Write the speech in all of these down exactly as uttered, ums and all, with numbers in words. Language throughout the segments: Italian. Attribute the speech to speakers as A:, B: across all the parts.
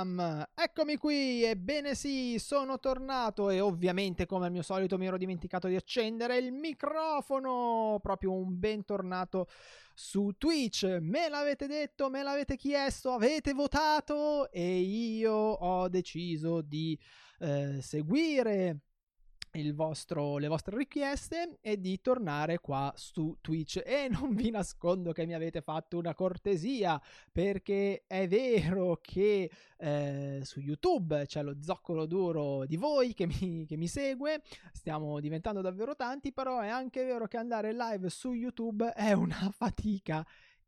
A: Telegram, eccomi qui, ebbene sì, sono tornato e ovviamente come al mio solito mi ero dimenticato di accendere il microfono, proprio un bentornato su Twitch, me l'avete detto, me l'avete chiesto, avete votato e io ho deciso di eh, seguire il vostro, le vostre richieste e di tornare qua su Twitch. E non vi nascondo che mi avete fatto una cortesia, perché è vero che eh, su YouTube c'è lo zoccolo duro di voi che mi, che mi segue, stiamo diventando davvero tanti, però è anche vero che andare live su YouTube è una fatica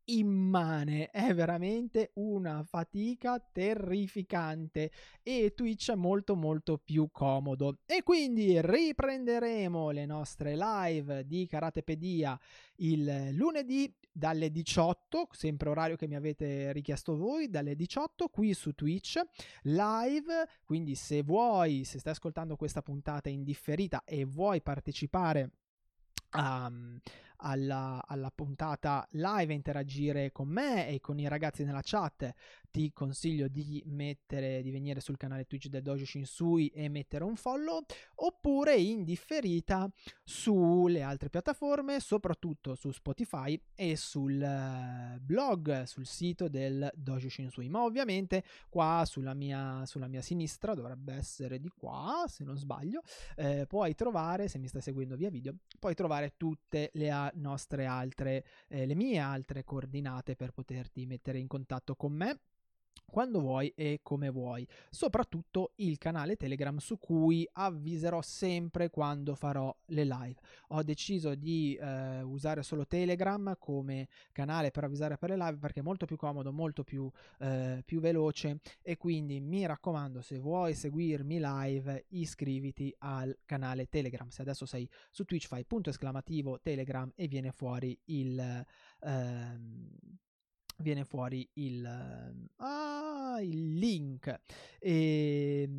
A: immane, è veramente una fatica terrificante e Twitch è molto molto più comodo. E quindi riprenderemo le nostre live di Karatepedia il lunedì dalle diciotto, sempre orario che mi avete richiesto voi, dalle diciotto qui su Twitch live. Quindi se vuoi, se stai ascoltando questa puntata in differita e vuoi partecipare Um, alla, alla puntata live e interagire con me e con i ragazzi nella chat, ti consiglio di mettere di venire sul canale Twitch del Dojo Shinsui e mettere un follow, oppure in differita sulle altre piattaforme, soprattutto su Spotify e sul uh, blog, sul sito del Dojo Shinsui. Ma ovviamente qua sulla mia, sulla mia sinistra, dovrebbe essere di qua se non sbaglio, eh, puoi trovare, se mi stai seguendo via video, puoi trovare tutte le a- nostre altre, eh, le mie altre coordinate per poterti mettere in contatto con me quando vuoi e come vuoi, soprattutto il canale Telegram su cui avviserò sempre quando farò le live. Ho deciso di eh, usare solo Telegram come canale per avvisare per le live perché è molto più comodo, molto più, eh, più veloce, e quindi mi raccomando, se vuoi seguirmi live iscriviti al canale Telegram. Se adesso sei su Twitch fai punto esclamativo Telegram e viene fuori il... Ehm, viene fuori il, ah, il link. E,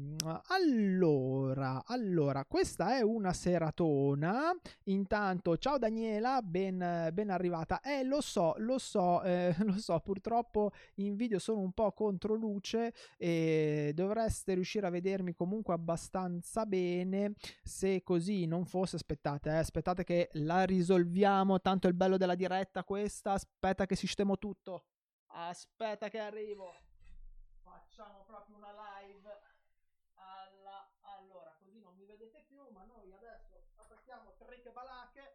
A: allora, allora, questa è una seratona. Intanto, ciao Daniela, ben, ben arrivata. Eh, lo so, lo so, eh, lo so, purtroppo in video sono un po' contro luce e dovreste riuscire a vedermi comunque abbastanza bene. Se così non fosse, aspettate, eh, aspettate che la risolviamo, tanto è il bello della diretta questa, aspetta che sistemo tutto. Tutto. Aspetta che arrivo. Facciamo proprio una live. Alla... Allora, così non mi vedete più, ma noi adesso attacchiamo triche balache.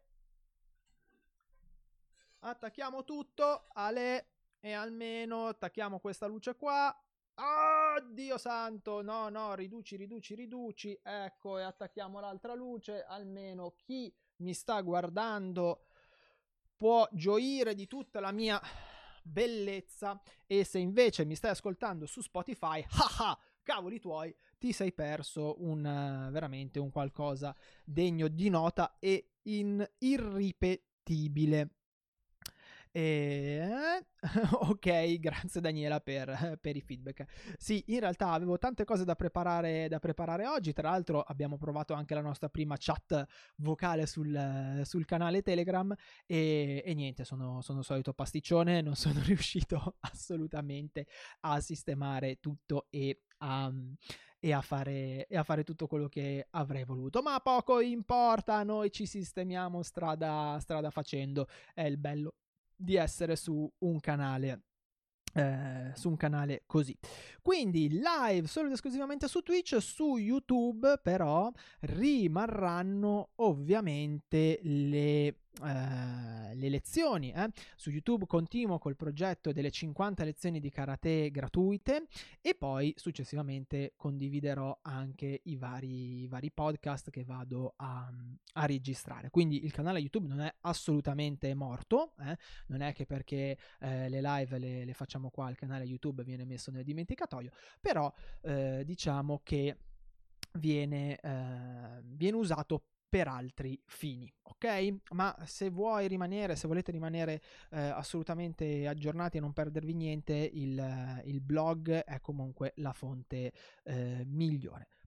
A: Attacchiamo tutto. Ale. E almeno attacchiamo questa luce qua. Oh, Dio santo. No, no, riduci, riduci, riduci. Ecco, e attacchiamo l'altra luce. Almeno chi mi sta guardando può gioire di tutta la mia bellezza. E se invece mi stai ascoltando su Spotify, haha, cavoli tuoi, ti sei perso un uh, veramente un qualcosa degno di nota e in irripetibile. E... ok, grazie Daniela per, per i feedback. Sì, in realtà avevo tante cose da preparare, da preparare oggi. Tra l'altro abbiamo provato anche la nostra prima chat vocale sul, sul canale Telegram e, e niente, sono, sono solito pasticcione, non sono riuscito assolutamente a sistemare tutto e a... E a, fare, e a fare tutto quello che avrei voluto, ma poco importa, noi ci sistemiamo strada, strada facendo, è il bello di essere su un canale eh, su un canale così. Quindi live solo ed esclusivamente su Twitch. Su YouTube però rimarranno ovviamente le Uh, le lezioni eh. Su YouTube continuo col progetto delle cinquanta lezioni di karate gratuite e poi successivamente condividerò anche i vari, i vari podcast che vado a, a registrare. Quindi il canale YouTube non è assolutamente morto, eh. Non è che perché eh, le live le, le facciamo qua al canale YouTube viene messo nel dimenticatoio, però eh, diciamo che viene, eh, viene usato per altri fini, ok? Ma se vuoi rimanere, se volete rimanere eh, assolutamente aggiornati e non perdervi niente, il, il blog è comunque la fonte eh, migliore.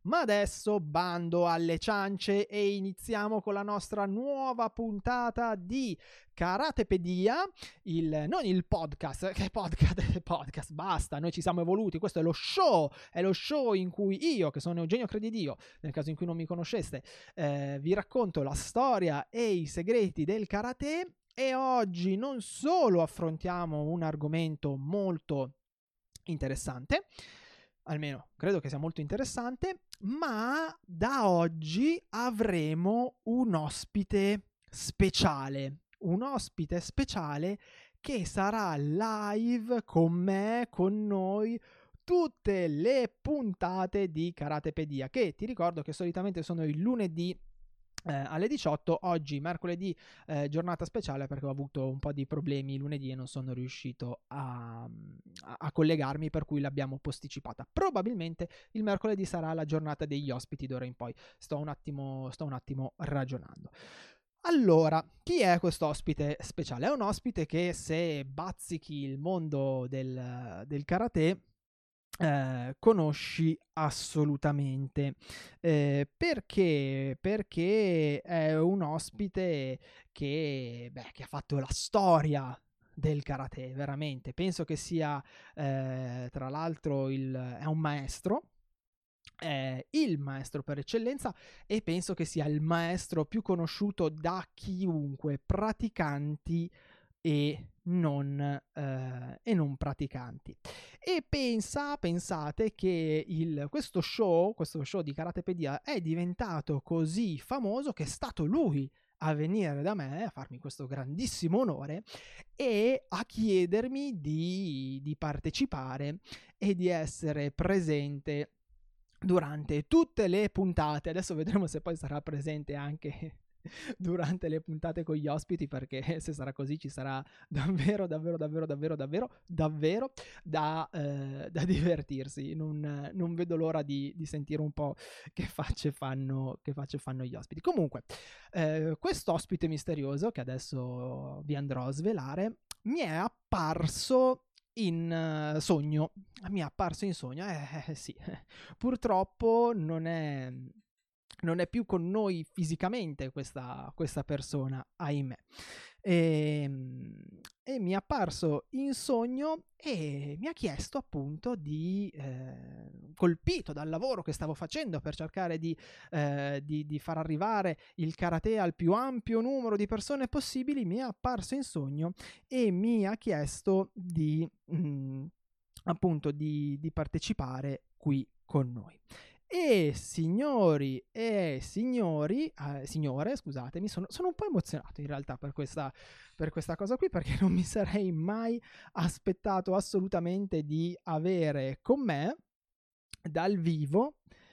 A: Ma adesso bando alle ciance e iniziamo con la nostra nuova puntata di Karatepedia, il, non il podcast, che podcast, podcast, basta, noi ci siamo evoluti, questo è lo show, è lo show in cui io, che sono Eugenio Credidio, nel caso in cui non mi conosceste, eh, vi racconto la storia e i segreti del karate. E oggi non solo affrontiamo un argomento molto interessante, almeno credo che sia molto interessante, ma da oggi avremo un ospite speciale, un ospite speciale che sarà live con me, con noi, tutte le puntate di Karatepedia, che ti ricordo che solitamente sono il lunedì Eh, alle diciotto. Oggi mercoledì eh, giornata speciale perché ho avuto un po' di problemi lunedì e non sono riuscito a, a, a collegarmi, per cui l'abbiamo posticipata. Probabilmente il mercoledì sarà la giornata degli ospiti d'ora in poi, sto un attimo, sto un attimo ragionando. Allora, chi è questo ospite speciale? È un ospite che, se bazzichi il mondo del, del karate, Eh, conosci assolutamente, eh, perché perché è un ospite che, beh, che ha fatto la storia del karate, veramente. Penso che sia eh, tra l'altro il, è un maestro, è il maestro per eccellenza, e penso che sia il maestro più conosciuto da chiunque, praticanti e non, eh, e non praticanti. E pensa, pensate che il, questo show, questo show di Karatepedia è diventato così famoso che è stato lui a venire da me, a farmi questo grandissimo onore e a chiedermi di, di partecipare e di essere presente durante tutte le puntate. Adesso vedremo se poi sarà presente anche durante le puntate con gli ospiti, perché se sarà così ci sarà davvero davvero davvero davvero davvero davvero da, eh, da divertirsi. Non, non vedo l'ora di, di sentire un po' che facce fanno, che facce fanno gli ospiti. Comunque eh, questo ospite misterioso che adesso vi andrò a svelare mi è apparso in uh, sogno. Mi è apparso in sogno, eh, eh sì, purtroppo non è non è più con noi fisicamente questa, questa persona, ahimè. E, e mi è apparso in sogno e mi ha chiesto appunto di, eh, colpito dal lavoro che stavo facendo per cercare di, eh, di, di far arrivare il karate al più ampio numero di persone possibili, mi è apparso in sogno e mi ha chiesto di, mh, appunto, di, di partecipare qui con noi. E signori e signori, eh, signore, scusatemi, sono, sono un po' emozionato in realtà per questa, per questa cosa qui, perché non mi sarei mai aspettato assolutamente di avere con me dal vivo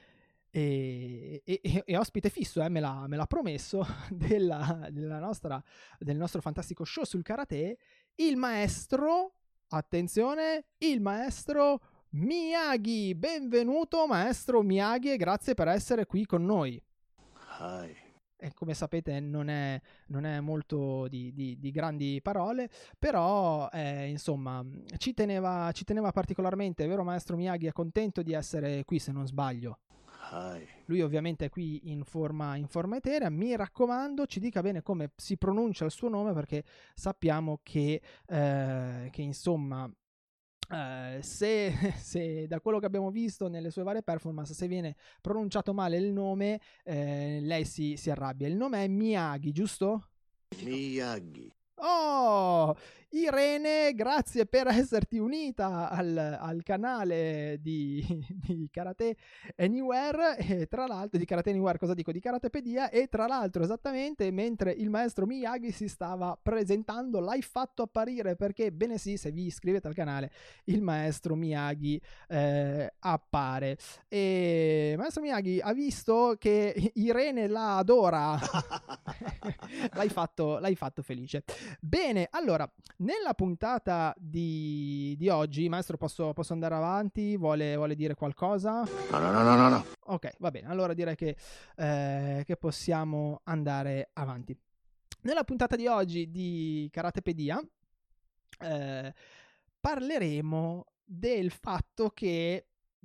A: e, e, e ospite fisso, eh, me, l'ha, me l'ha promesso, della, della nostra, del nostro fantastico show sul karate, il maestro, attenzione, il maestro Miyagi. Benvenuto maestro Miyagi e grazie per essere qui con noi.
B: Hi.
A: E come sapete non è, non è molto di, di, di grandi parole, però eh, insomma ci teneva, ci teneva particolarmente, vero maestro Miyagi? È contento di essere qui, se non sbaglio.
B: Hi.
A: Lui ovviamente è qui in forma, in forma eterea. Mi raccomando, ci dica bene come si pronuncia il suo nome, perché sappiamo che, eh, che insomma Uh, se, se da quello che abbiamo visto nelle sue varie performance, se viene pronunciato male il nome, eh, lei si, si arrabbia. Il nome è Miyagi, giusto?
B: Miyagi.
A: Oh, Irene, grazie per esserti unita al, al canale di, di Karate Anywhere, e tra l'altro di Karate Anywhere, cosa dico, di Karatepedia, e tra l'altro esattamente mentre il maestro Miyagi si stava presentando l'hai fatto apparire, perché bene sì, se vi iscrivete al canale il maestro Miyagi eh, appare. E maestro Miyagi ha visto che Irene la adora. l'hai fatto, l'hai fatto felice. Bene, allora, nella puntata di, di oggi, maestro, posso, posso andare avanti? Vuole, vuole dire qualcosa?
B: No, no, no, no, no, no.
A: Ok, va bene, allora direi che, eh, che possiamo andare avanti. Nella puntata di oggi di Karatepedia eh, parleremo del fatto che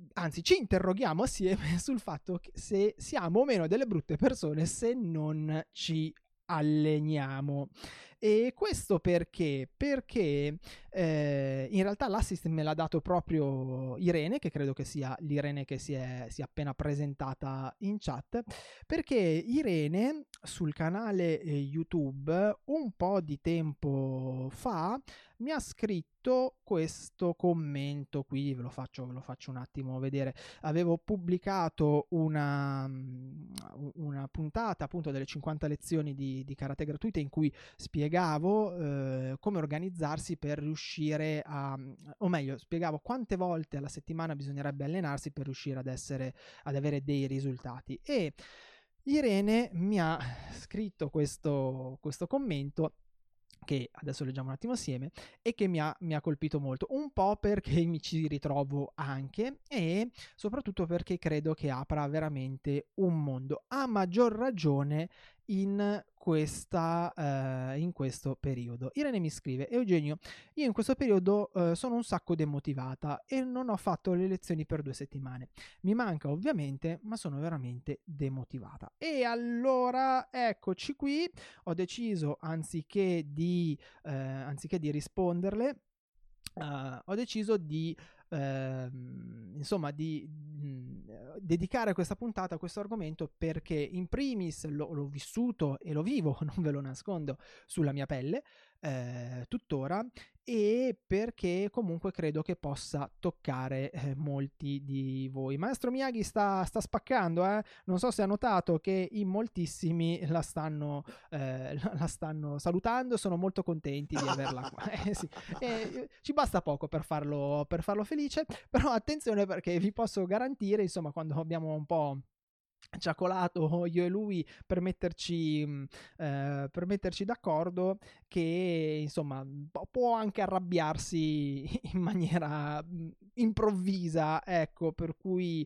A: anzi ci interroghiamo assieme sul fatto che se siamo o meno delle brutte persone se non ci alleniamo. E questo perché? Perché eh, in realtà l'assist me l'ha dato proprio Irene, che credo che sia l'Irene che si è, si è appena presentata in chat, perché Irene sul canale eh, YouTube un po' di tempo fa mi ha scritto questo commento qui, ve lo faccio, ve lo faccio un attimo vedere. Avevo pubblicato una, una puntata appunto delle cinquanta lezioni di, di karate gratuite in cui spiegavo eh, come organizzarsi per riuscire a, o meglio, spiegavo quante volte alla settimana bisognerebbe allenarsi per riuscire ad essere, ad avere dei risultati. E Irene mi ha scritto questo, questo commento che adesso leggiamo un attimo assieme e che mi ha, mi ha colpito molto, un po' perché mi ci ritrovo anche e soprattutto perché credo che apra veramente un mondo, a maggior ragione in questa eh, in questo periodo. Irene mi scrive: Eugenio, io in questo periodo eh, sono un sacco demotivata e non ho fatto le lezioni per due settimane. Mi manca ovviamente, ma sono veramente demotivata. E allora eccoci qui, ho deciso anziché di eh, anziché di risponderle Uh, ho deciso di uh, insomma di mh, dedicare questa puntata a questo argomento perché in primis lo, l'ho vissuto e lo vivo, non ve lo nascondo, sulla mia pelle eh, tuttora, e perché comunque credo che possa toccare eh, molti di voi. Maestro Miyagi sta, sta spaccando, eh? Non so se ha notato che in moltissimi la stanno, eh, la stanno salutando, sono molto contenti di averla qua. Eh, sì. eh, ci basta poco per farlo, per farlo felice, però attenzione perché vi posso garantire, insomma, quando abbiamo un po' ciacolato io e lui per metterci eh, per metterci d'accordo, che insomma può anche arrabbiarsi in maniera improvvisa, ecco, per cui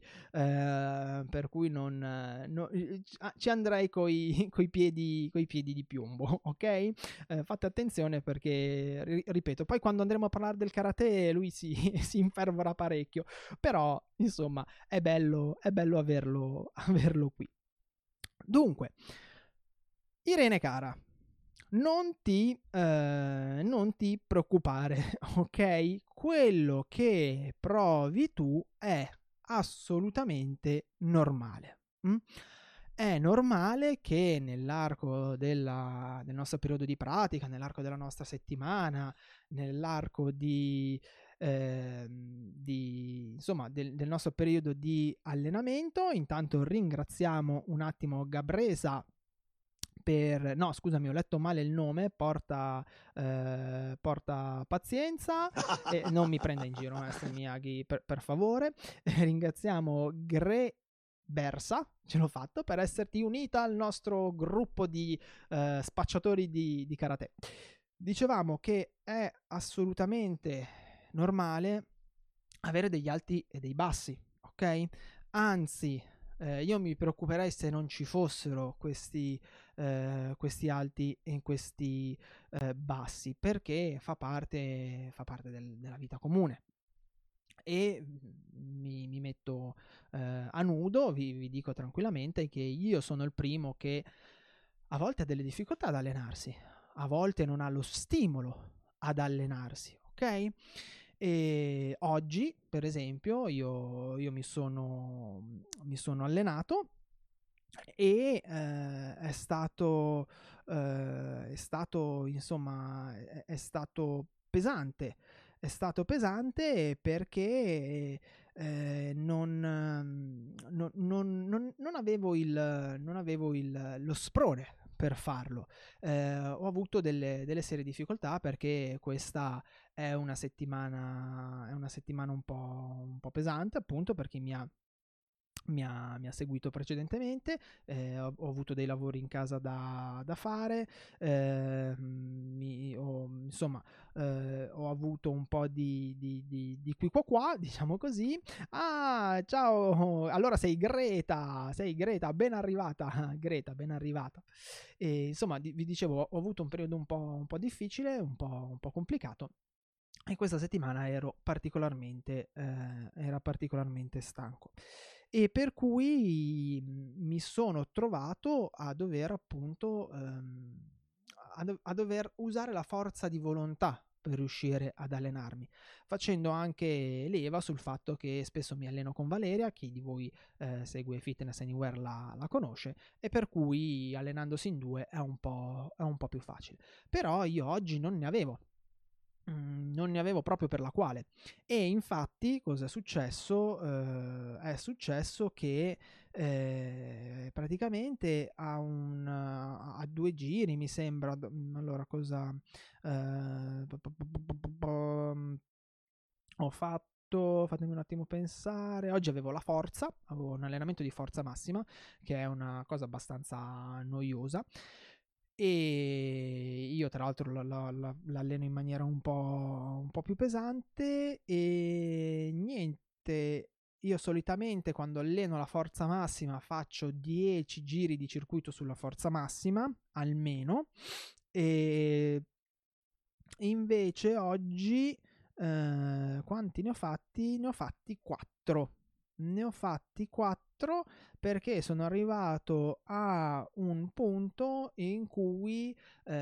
A: eh, per cui non, no, ci andrei coi, coi piedi coi piedi di piombo, ok? Eh, fate attenzione perché ripeto, poi quando andremo a parlare del karate lui si, si infervora parecchio, però insomma è bello è bello averlo averlo qui. Dunque, Irene cara, non ti, eh, non ti preoccupare, ok? Quello che provi tu è assolutamente normale. Mm? È normale che nell'arco della, del nostro periodo di pratica, nell'arco della nostra settimana, nell'arco di, eh, di insomma del, del nostro periodo di allenamento, intanto ringraziamo un attimo Gabresa per, no scusami ho letto male il nome, porta, eh, porta pazienza, e non mi prenda in giro maestro Miyagi per, per favore. Ringraziamo Gre Bersa, ce l'ho fatto, per esserti unita al nostro gruppo di eh, spacciatori di, di karate. Dicevamo che è assolutamente normale avere degli alti e dei bassi, ok? Anzi, eh, io mi preoccuperei se non ci fossero questi, eh, questi alti e questi eh, bassi, perché fa parte, fa parte del, della vita comune. E mi, mi metto eh, a nudo, vi, vi dico tranquillamente che io sono il primo che a volte ha delle difficoltà ad allenarsi, a volte non ha lo stimolo ad allenarsi, ok? E oggi, per esempio, io, io mi, sono, mi sono allenato e eh, è stato, eh, è stato, insomma, è, è stato pesante. È stato pesante perché eh, non, non, non, non, non avevo, il, non avevo il, lo sprone per farlo. Eh, ho avuto delle, delle serie difficoltà perché questa è una settimana, è una settimana un po', un po' pesante, appunto perché mi ha Mi ha, mi ha seguito precedentemente, eh, ho, ho avuto dei lavori in casa da, da fare, eh, mi, ho, insomma eh, ho avuto un po' di, di, di, di qui qua qua, diciamo così. Ah, ciao, allora sei Greta, sei Greta, ben arrivata, Greta, ben arrivata. E, insomma, di, vi dicevo, ho avuto un periodo un po', un po' difficile, un po', un po' complicato. e questa settimana ero particolarmente, eh, era particolarmente stanco, e per cui mi sono trovato a dover appunto ehm, a, do- a dover usare la forza di volontà per riuscire ad allenarmi, facendo anche leva sul fatto che spesso mi alleno con Valeria. Chi di voi eh, segue Fitness Anywhere la, la conosce, e per cui allenandosi in due è un po', è un po' più facile. Però io oggi non ne avevo. Mm, non ne avevo proprio per la quale. E infatti cosa è successo? Eh, è successo che eh, praticamente a, un, a due giri mi sembra, allora cosa eh, ho fatto, fatemi un attimo pensare. Oggi avevo la forza, avevo un allenamento di forza massima, che è una cosa abbastanza noiosa, e io tra l'altro la- la- la- l'alleno in maniera un po', un po' più pesante, e niente. Io solitamente quando alleno la forza massima faccio dieci giri di circuito sulla forza massima almeno, e invece oggi eh, quanti ne ho fatti? Ne ho fatti quattro. Ne ho fatti quattro perché sono arrivato a un punto in cui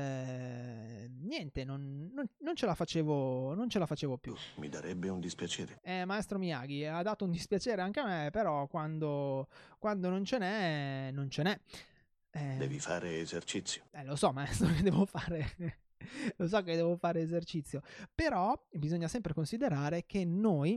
A: eh, niente, non, non- non ce la facevo, non ce la facevo più.
B: Mi darebbe un dispiacere.
A: Eh, maestro Miyagi, ha dato un dispiacere anche a me, però quando, quando non ce n'è, non ce n'è. Eh,
B: Devi fare esercizio.
A: eh, lo so, maestro, che devo fare. Lo so che devo fare esercizio, però bisogna sempre considerare che noi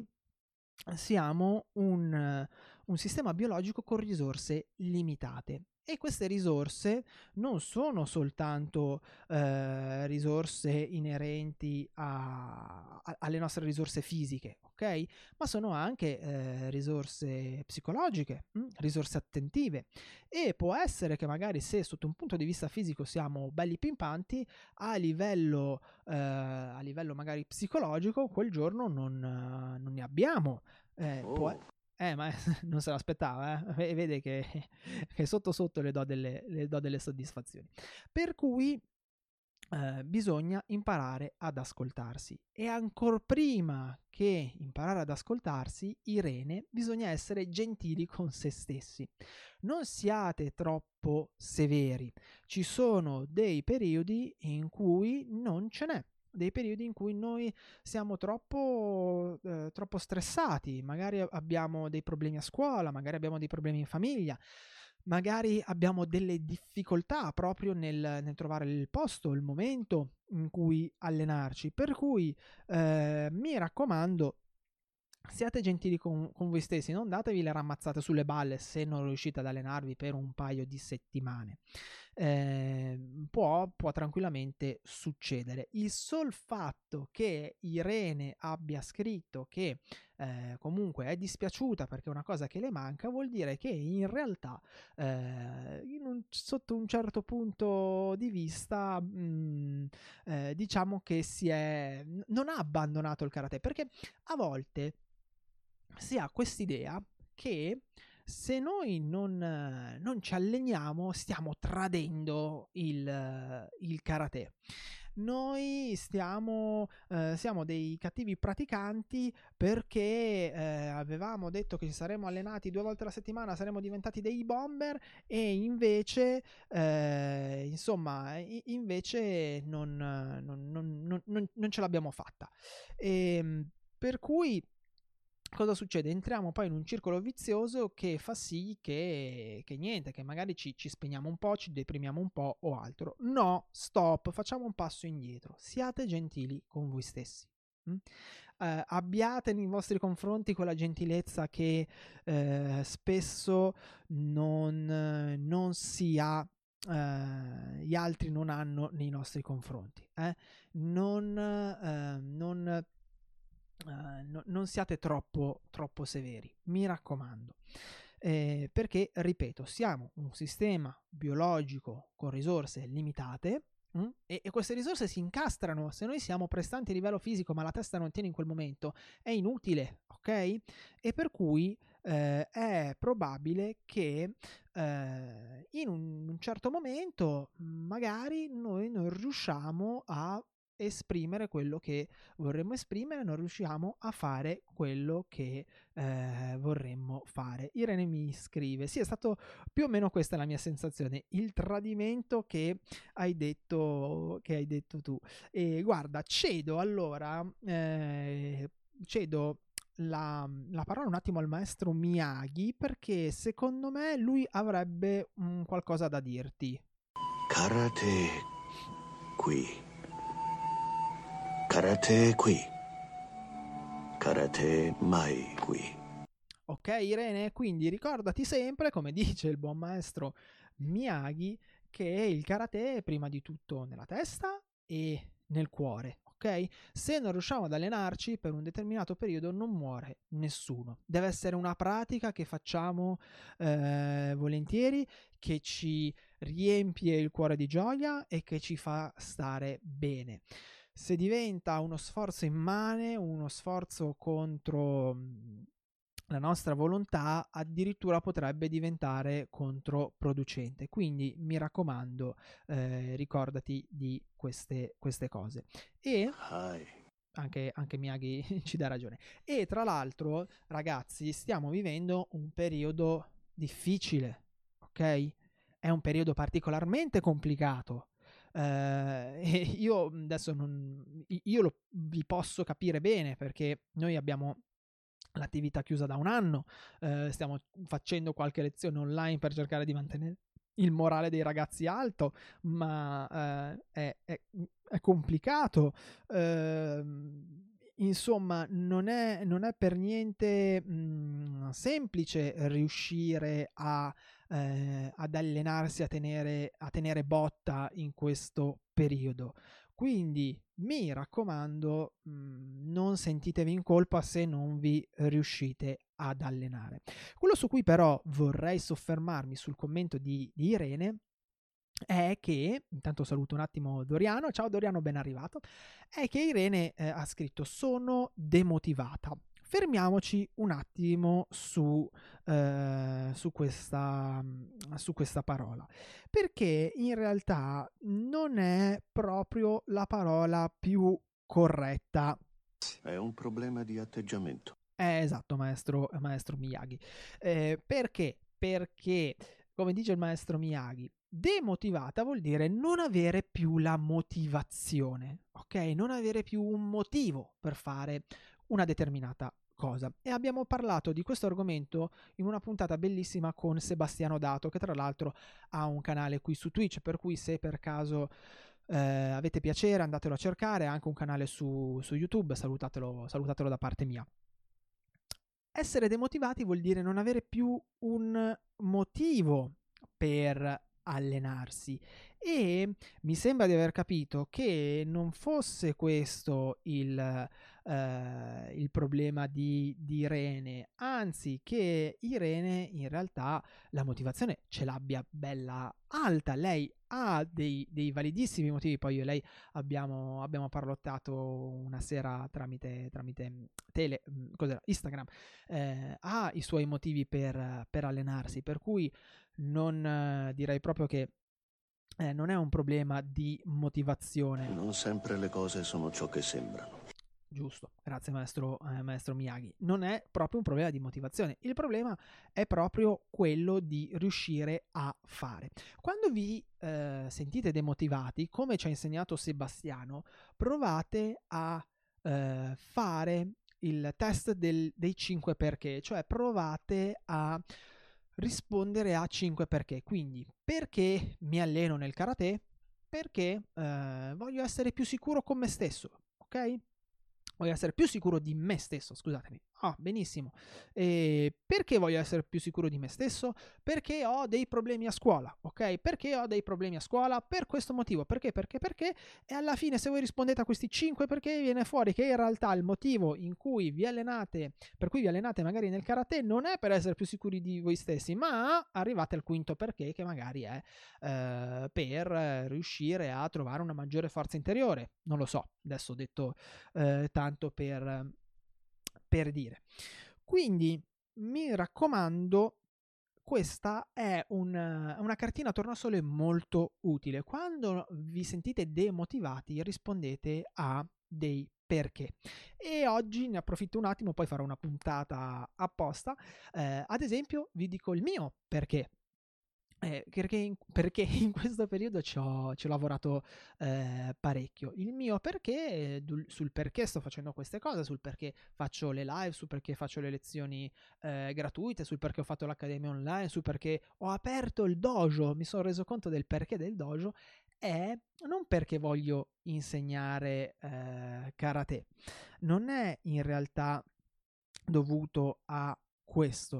A: siamo un, eh, un sistema biologico con risorse limitate, e queste risorse non sono soltanto eh, risorse inerenti a- a- alle nostre risorse fisiche, ok? Ma sono anche eh, risorse psicologiche, mh? risorse attentive, e può essere che magari se sotto un punto di vista fisico siamo belli pimpanti, a livello, eh, a livello magari psicologico quel giorno non, eh, non ne abbiamo. Eh, può,
B: Oh,
A: eh, ma non se l'aspettava, eh? E vede che, che sotto sotto le do delle, le do delle soddisfazioni. Per cui eh, bisogna imparare ad ascoltarsi, e ancor prima che imparare ad ascoltarsi, Irene, bisogna essere gentili con se stessi. Non siate troppo severi. Ci sono dei periodi in cui non ce n'è. Dei periodi in cui noi siamo troppo, eh, troppo stressati, magari abbiamo dei problemi a scuola, magari abbiamo dei problemi in famiglia, magari abbiamo delle difficoltà proprio nel, nel trovare il posto, il momento in cui allenarci. Per cui eh, mi raccomando, siate gentili con, con voi stessi, non datevi le rammazzate sulle balle se non riuscite ad allenarvi per un paio di settimane. Eh, può, può tranquillamente succedere. Il sol fatto che Irene abbia scritto che eh, comunque è dispiaciuta perché è una cosa che le manca, vuol dire che in realtà eh, in un, sotto un certo punto di vista mh, eh, diciamo che si è, non ha abbandonato il karate, perché a volte si ha quest'idea che se noi non, eh, non ci alleniamo stiamo tradendo il, eh, il karate. Noi stiamo, eh, siamo dei cattivi praticanti perché eh, avevamo detto che ci saremmo allenati due volte alla settimana, saremmo diventati dei bomber, e invece, eh, insomma, invece non, non, non, non, non ce l'abbiamo fatta. E, per cui cosa succede? Entriamo poi in un circolo vizioso che fa sì che, che niente, che magari ci, ci spegniamo un po', ci deprimiamo un po' o altro. No, stop, facciamo un passo indietro. Siate gentili con voi stessi. Mm? Eh, abbiate nei vostri confronti quella gentilezza che eh, spesso non, non si ha, eh, gli altri non hanno nei nostri confronti. Eh? Non, eh, non Uh, no, non siate troppo, troppo severi, mi raccomando, eh, perché, ripeto, siamo un sistema biologico con risorse limitate, mh? e, e queste risorse si incastrano. Se noi siamo prestanti a livello fisico ma la testa non tiene in quel momento, è inutile, ok? E per cui eh, è probabile che eh, in un, un certo momento magari noi non riusciamo a esprimere quello che vorremmo esprimere, non riusciamo a fare quello che eh, vorremmo fare. Irene mi scrive: sì, è stato più o meno questa la mia sensazione, il tradimento che hai detto, che hai detto tu. E guarda, cedo allora, eh, cedo la, la parola un attimo al maestro Miyagi, perché secondo me lui avrebbe um, qualcosa da dirti.
B: Karate qui. Karate qui. Karate mai qui.
A: Ok Irene, quindi ricordati sempre, come dice il buon maestro Miyagi, che il karate è prima di tutto nella testa e nel cuore, ok? Se non riusciamo ad allenarci per un determinato periodo non muore nessuno. Deve essere una pratica che facciamo eh, volentieri, che ci riempie il cuore di gioia e che ci fa stare bene. Se diventa uno sforzo immane, uno sforzo contro la nostra volontà, addirittura potrebbe diventare controproducente. Quindi mi raccomando, eh, ricordati di queste, queste cose. E anche, anche Miyagi ci dà ragione. E tra l'altro, ragazzi, stiamo vivendo un periodo difficile, ok? È un periodo particolarmente complicato. Uh, e io adesso non, io lo, vi posso capire bene, perché noi abbiamo l'attività chiusa da un anno, uh, stiamo facendo qualche lezione online per cercare di mantenere il morale dei ragazzi alto, ma uh, è, è, è complicato. Uh, insomma, non è, non è per niente mh, semplice riuscire a Eh, ad allenarsi a tenere, a tenere botta in questo periodo. Quindi mi raccomando, mh, non sentitevi in colpa se non vi riuscite ad allenare. Quello su cui però vorrei soffermarmi, sul commento di, di Irene, è che, intanto saluto un attimo Doriano, ciao Doriano, ben arrivato, è che Irene eh, ha scritto: sono demotivata. Fermiamoci un attimo su, eh, su, questa, su questa parola, perché in realtà non è proprio la parola più corretta.
B: È un problema di atteggiamento.
A: Eh, esatto, maestro, maestro Miyagi. Eh, perché? Perché, come dice il maestro Miyagi, demotivata vuol dire non avere più la motivazione, ok? Non avere più un motivo per fare una determinata cosa. E abbiamo parlato di questo argomento in una puntata bellissima con Sebastiano Dato, che tra l'altro ha un canale qui su Twitch, per cui se per caso eh, avete piacere andatelo a cercare, ha anche un canale su, su YouTube, salutatelo, salutatelo da parte mia. Essere demotivati vuol dire non avere più un motivo per allenarsi, e mi sembra di aver capito che non fosse questo il, eh, il problema di, di Irene, anzi che Irene in realtà la motivazione ce l'abbia bella alta, lei ha dei, dei validissimi motivi. Poi io e lei abbiamo, abbiamo parlottato una sera tramite, tramite tele, cos'era, Instagram, eh, ha i suoi motivi per, per allenarsi, per cui non eh, direi proprio che eh, non è un problema di motivazione.
B: Non sempre le cose sono ciò che sembrano.
A: Giusto, grazie maestro, eh, maestro Miyagi. Non è proprio un problema di motivazione, il problema è proprio quello di riuscire a fare. Quando vi eh, sentite demotivati, come ci ha insegnato Sebastiano, provate a eh, fare il test del, dei cinque perché, cioè provate a rispondere a cinque perché. Quindi, perché mi alleno nel karate? Perché eh, voglio essere più sicuro con me stesso, ok? Voglio essere più sicuro di me stesso, scusatemi. Ah, benissimo. E perché voglio essere più sicuro di me stesso? Perché ho dei problemi a scuola, ok? Perché ho dei problemi a scuola? Per questo motivo. Perché? Perché? Perché? E alla fine, se voi rispondete a questi cinque perché, viene fuori che in realtà il motivo in cui vi allenate, per cui vi allenate magari nel karate, non è per essere più sicuri di voi stessi, ma arrivate al quinto perché, che magari è eh, per riuscire a trovare una maggiore forza interiore. Non lo so, adesso ho detto eh, tanto per... per dire. Quindi mi raccomando, questa è un, una cartina tornasole molto utile. Quando vi sentite demotivati, rispondete a dei perché. E oggi ne approfitto un attimo, poi farò una puntata apposta. Eh, ad esempio, vi dico il mio perché. Eh, perché, in, perché in questo periodo ci ho, ci ho lavorato eh, parecchio. Il mio perché, eh, sul perché sto facendo queste cose, sul perché faccio le live, sul perché faccio le lezioni eh, gratuite, sul perché ho fatto l'accademia online, sul perché ho aperto il dojo, mi sono reso conto del perché del dojo, è non perché voglio insegnare eh, karate, non è in realtà dovuto a questo.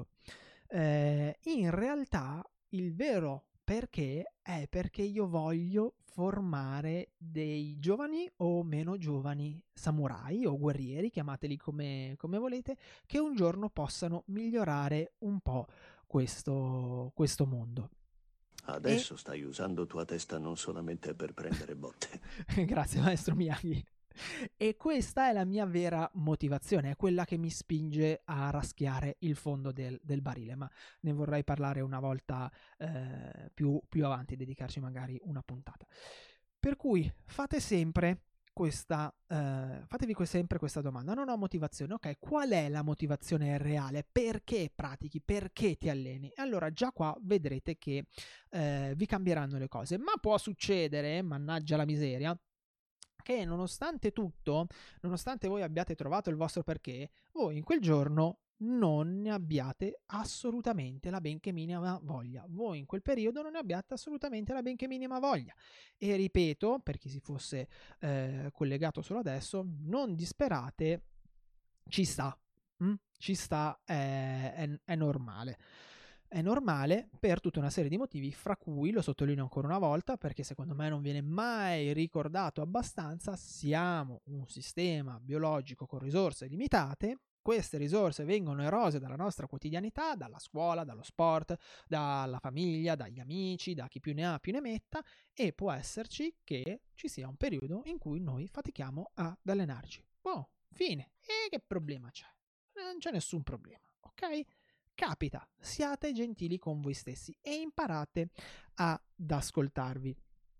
A: Eh, in realtà il vero perché è perché io voglio formare dei giovani o meno giovani samurai o guerrieri, chiamateli come, come volete, che un giorno possano migliorare un po' questo, questo mondo.
B: Adesso e... stai usando tua testa non solamente per prendere botte.
A: Grazie, maestro Miyagi. E questa è la mia vera motivazione, è quella che mi spinge a raschiare il fondo del, del barile, ma ne vorrei parlare una volta eh, più, più avanti, dedicarci magari una puntata. Per cui fate sempre questa, eh, fatevi sempre questa domanda: non ho motivazione, ok, qual è la motivazione reale? Perché pratichi? Perché ti alleni? E allora già qua vedrete che eh, vi cambieranno le cose, ma può succedere, mannaggia la miseria, che nonostante tutto, nonostante voi abbiate trovato il vostro perché, voi in quel giorno non ne abbiate assolutamente la benché minima voglia. Voi in quel periodo non ne abbiate assolutamente la benché minima voglia. E ripeto, per chi si fosse eh, collegato solo adesso, non disperate, ci sta, mm? ci sta, è, è, è normale. È normale per tutta una serie di motivi, fra cui, lo sottolineo ancora una volta, perché secondo me non viene mai ricordato abbastanza, siamo un sistema biologico con risorse limitate. Queste risorse vengono erose dalla nostra quotidianità, dalla scuola, dallo sport, dalla famiglia, dagli amici, da chi più ne ha più ne metta, e può esserci che ci sia un periodo in cui noi fatichiamo ad allenarci. Oh, fine. E che problema c'è? Non c'è nessun problema, ok? Capita, siate gentili con voi stessi e imparate ad ascoltarvi,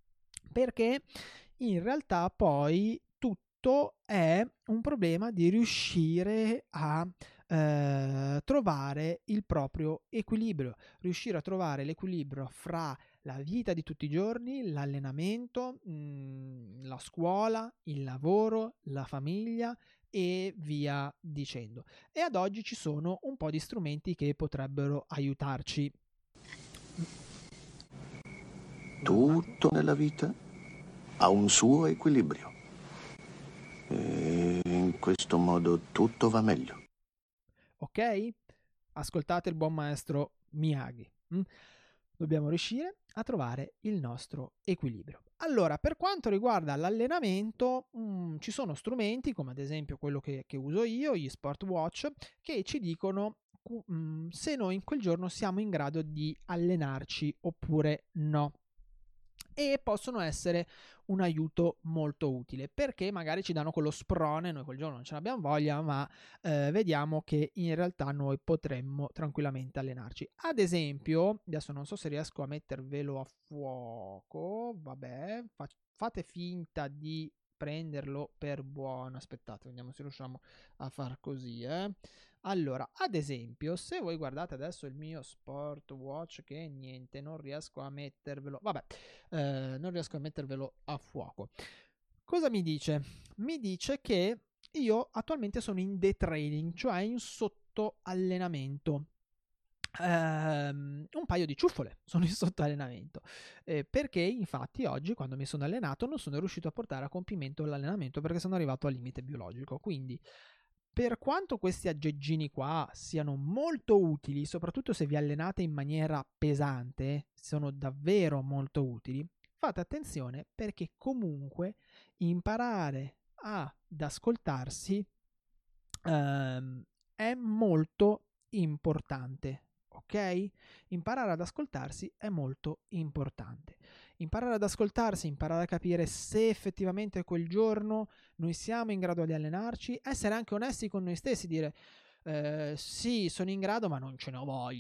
A: perché in realtà poi tutto è un problema di riuscire a eh, trovare il proprio equilibrio, riuscire a trovare l'equilibrio fra la vita di tutti i giorni, l'allenamento, mh, la scuola, il lavoro, la famiglia e via dicendo. E ad oggi ci sono un po' di strumenti che potrebbero aiutarci.
B: Tutto nella vita ha un suo equilibrio e in questo modo tutto va meglio.
A: Ok? Ascoltate il buon maestro Miyagi. Mm? Dobbiamo riuscire a trovare il nostro equilibrio. Allora, per quanto riguarda l'allenamento, mh, ci sono strumenti, come ad esempio quello che, che uso io, gli Sport Watch, che ci dicono mh, se noi in quel giorno siamo in grado di allenarci oppure no. E possono essere un aiuto molto utile, perché magari ci danno quello sprone, noi quel giorno non ce l'abbiamo voglia, ma eh, vediamo che in realtà noi potremmo tranquillamente allenarci. Ad esempio, adesso non so se riesco a mettervelo a fuoco, vabbè, fa- fate finta di prenderlo per buono. Aspettate, vediamo se riusciamo a far così, eh. Allora, ad esempio, se voi guardate adesso il mio Sport Watch, che niente, non riesco a mettervelo, vabbè, eh, non riesco a mettervelo a fuoco. Cosa mi dice? Mi dice che io attualmente sono in detraining, cioè in sottoallenamento. Um, un paio di ciuffole sono in sottoallenamento, eh, perché infatti oggi, quando mi sono allenato, non sono riuscito a portare a compimento l'allenamento perché sono arrivato al limite biologico. Quindi, per quanto questi aggeggini qua siano molto utili, soprattutto se vi allenate in maniera pesante, sono davvero molto utili, fate attenzione, perché comunque imparare ad ascoltarsi um, è molto importante. Ok? Imparare ad ascoltarsi è molto importante. Imparare ad ascoltarsi, imparare a capire se effettivamente quel giorno noi siamo in grado di allenarci, essere anche onesti con noi stessi, dire eh, sì, sono in grado ma non ce ne ho voglia.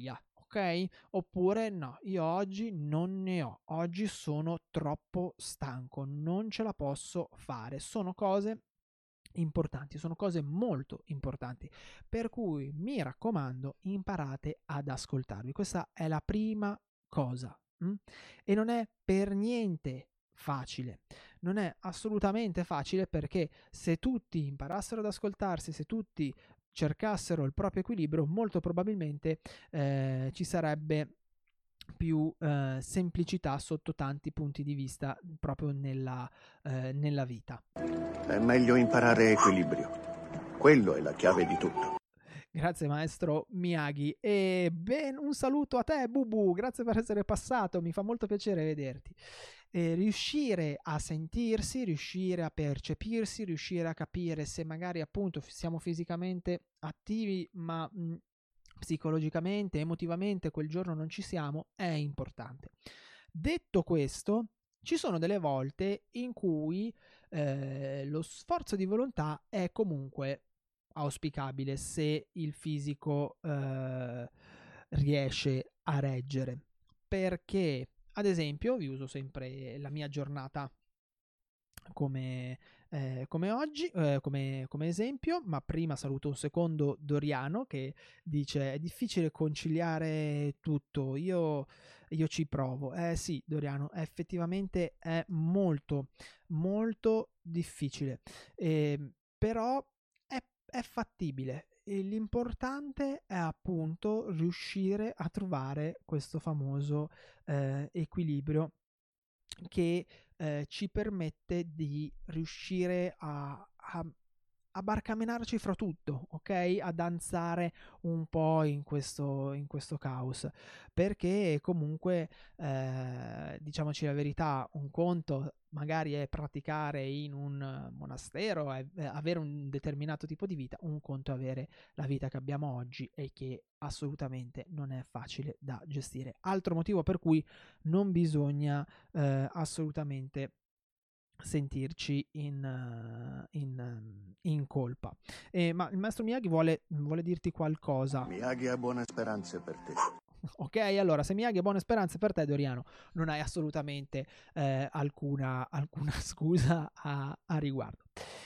A: ok? Oppure no, io oggi non ne ho, oggi sono troppo stanco, non ce la posso fare. Sono cose importanti, sono cose molto importanti, per cui mi raccomando, imparate ad ascoltarvi. Questa è la prima cosa, mh? E non è per niente facile, non è assolutamente facile, perché se tutti imparassero ad ascoltarsi, se tutti cercassero il proprio equilibrio, molto probabilmente eh, ci sarebbe più eh, semplicità sotto tanti punti di vista proprio nella, eh, nella vita.
B: È meglio imparare equilibrio. Quello è la chiave di tutto.
A: Grazie maestro Miyagi, e ben un saluto a te Bubu, grazie per essere passato, mi fa molto piacere vederti. E riuscire a sentirsi, riuscire a percepirsi, riuscire a capire se magari appunto siamo fisicamente attivi ma mh, psicologicamente, emotivamente quel giorno non ci siamo, è importante. Detto questo, ci sono delle volte in cui eh, lo sforzo di volontà è comunque auspicabile se il fisico eh, riesce a reggere, perché ad esempio vi uso sempre la mia giornata come, eh, come oggi, eh, come, come esempio, ma prima saluto un secondo Doriano che dice: è difficile conciliare tutto, io, io ci provo. Eh sì, Doriano, effettivamente è molto molto difficile, eh, però è, è fattibile. E l'importante è appunto riuscire a trovare questo famoso eh, equilibrio che eh, ci permette di riuscire a, a, a barcamenarci fra tutto, ok? A danzare un po' in questo, in questo caos, perché comunque eh, diciamoci la verità, un conto magari è praticare in un monastero, è avere un determinato tipo di vita, un conto è avere la vita che abbiamo oggi e che assolutamente non è facile da gestire. Altro motivo per cui non bisogna eh, assolutamente sentirci in, uh, in, uh, in colpa. Eh, ma il maestro Miyagi vuole, vuole dirti qualcosa.
B: Miyagi ha buone speranze per te.
A: Ok, allora, se Miyagi ha buone speranze per te, Doriano, non hai assolutamente eh, alcuna, alcuna scusa a, a riguardo.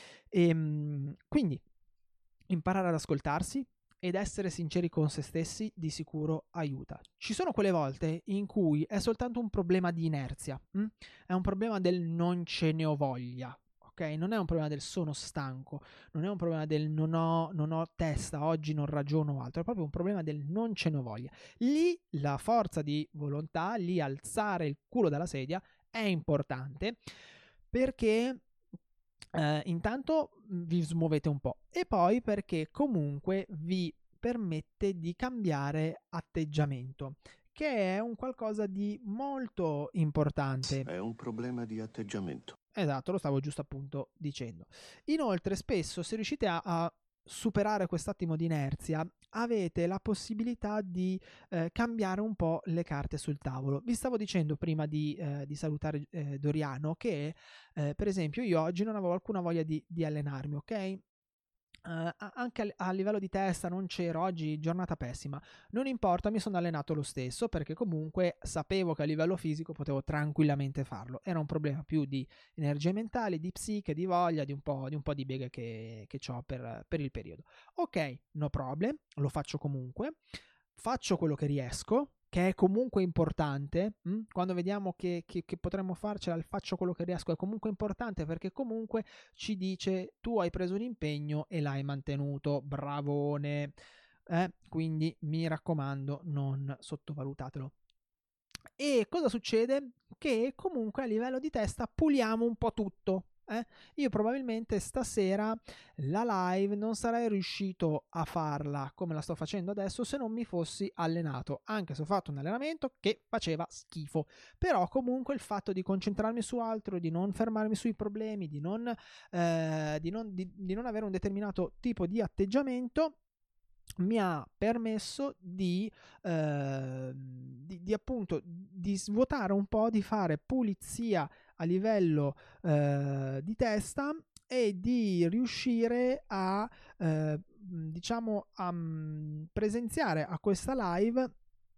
A: E, quindi, imparare ad ascoltarsi ed essere sinceri con se stessi di sicuro aiuta. Ci sono quelle volte in cui è soltanto un problema di inerzia, hm? È un problema del non ce ne ho voglia, ok? Non è un problema del sono stanco, non è un problema del non ho, non ho testa, oggi non ragiono altro, è proprio un problema del non ce ne ho voglia. Lì la forza di volontà, lì alzare il culo dalla sedia è importante, perché Uh, intanto vi smuovete un po' e poi perché comunque vi permette di cambiare atteggiamento, che è un qualcosa di molto importante.
B: È un problema di atteggiamento.
A: Esatto, lo stavo giusto appunto dicendo. Inoltre spesso se riuscite a, a superare quest'attimo di inerzia avete la possibilità di eh, cambiare un po' le carte sul tavolo. Vi stavo dicendo prima di, eh, di salutare eh, Doriano che eh, per esempio io oggi non avevo alcuna voglia di, di allenarmi, ok? Uh, anche a, a livello di testa non c'ero, oggi giornata pessima, non importa, mi sono allenato lo stesso perché comunque sapevo che a livello fisico potevo tranquillamente farlo, era un problema più di energie mentali, di psiche, di voglia, di un po' di, un po' di beghe che, che ho per, per il periodo. Ok, no problem, lo faccio comunque, faccio quello che riesco, che è comunque importante, mh? Quando vediamo che, che, che potremmo farcela, il faccio quello che riesco è comunque importante, perché comunque ci dice tu hai preso un impegno e l'hai mantenuto, bravone, eh? Quindi mi raccomando, non sottovalutatelo. E cosa succede? Che comunque a livello di testa puliamo un po' tutto. Eh? Io probabilmente stasera la live non sarei riuscito a farla come la sto facendo adesso se non mi fossi allenato, anche se ho fatto un allenamento che faceva schifo, però comunque il fatto di concentrarmi su altro, di non fermarmi sui problemi, di non, eh, di non, di, di non avere un determinato tipo di atteggiamento mi ha permesso di, eh, di, di appunto di svuotare un po', di fare pulizia a livello eh, di testa e di riuscire a eh, diciamo a um, presenziare a questa live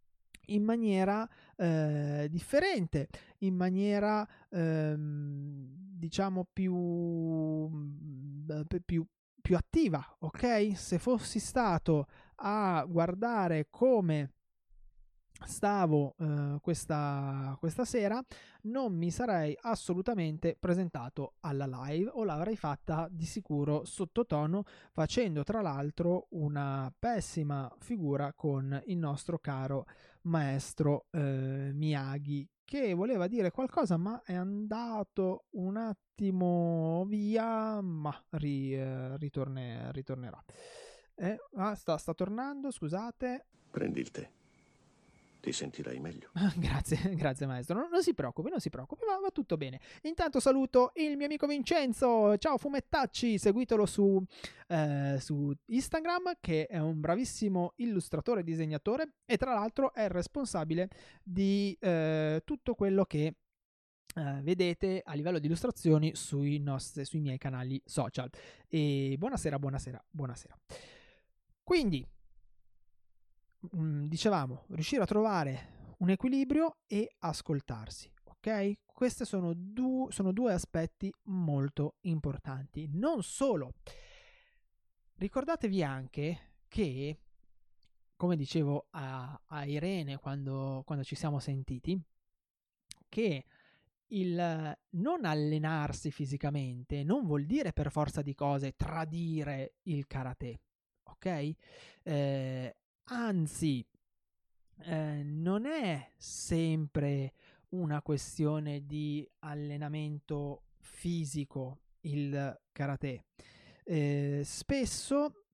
A: in maniera eh, differente, in maniera ehm, diciamo più, più, più attiva, ok? Se fossi stato a guardare come stavo eh, questa, questa sera, non mi sarei assolutamente presentato alla live, o l'avrei fatta di sicuro sottotono, facendo tra l'altro una pessima figura con il nostro caro maestro eh, Miyagi, che voleva dire qualcosa ma è andato un attimo via, ma ri, eh, ritorne, ritornerà. Eh, ah, sta, sta tornando, scusate.
B: Prendi il tè. Ti sentirai meglio.
A: Grazie, grazie maestro. Non, non si preoccupi, non si preoccupi, va, va tutto bene. Intanto saluto il mio amico Vincenzo. Ciao Fumettacci, seguitelo su, eh, su Instagram, che è un bravissimo illustratore e disegnatore, e tra l'altro è responsabile di eh, tutto quello che Uh, vedete a livello di illustrazioni sui, nostri, sui miei canali social. E buonasera, buonasera, buonasera. Quindi, mh, dicevamo, riuscire a trovare un equilibrio e ascoltarsi, ok? Questi sono, du- sono due aspetti molto importanti. Non solo, ricordatevi anche che, come dicevo a, a Irene quando, quando ci siamo sentiti, che il non allenarsi fisicamente non vuol dire per forza di cose tradire il karate, ok? Eh, anzi, eh, non è sempre una questione di allenamento fisico il karate. Eh, spesso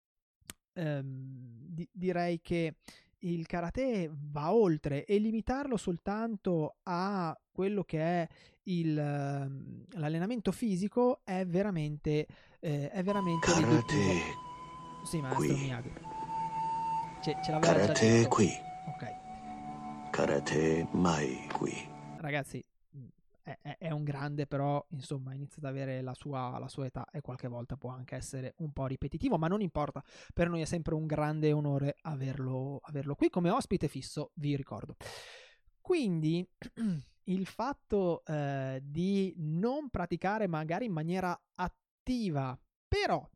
A: ehm, di- direi che il karate va oltre, e limitarlo soltanto a quello che è il, ehm, l'allenamento fisico è veramente, eh, è veramente riduttivo.
B: Karate
A: Sì, maestro
B: qui.
A: Miyagi. Ce, ce l'aveva già
B: Karate
A: detto.
B: qui.
A: Ok.
B: Karate mai qui.
A: Ragazzi, è, è, è un grande, però insomma inizia ad avere la sua, la sua età, e qualche volta può anche essere un po' ripetitivo, ma non importa, per noi è sempre un grande onore averlo, averlo qui come ospite fisso, vi ricordo. Quindi il fatto eh, di non praticare magari in maniera attiva, però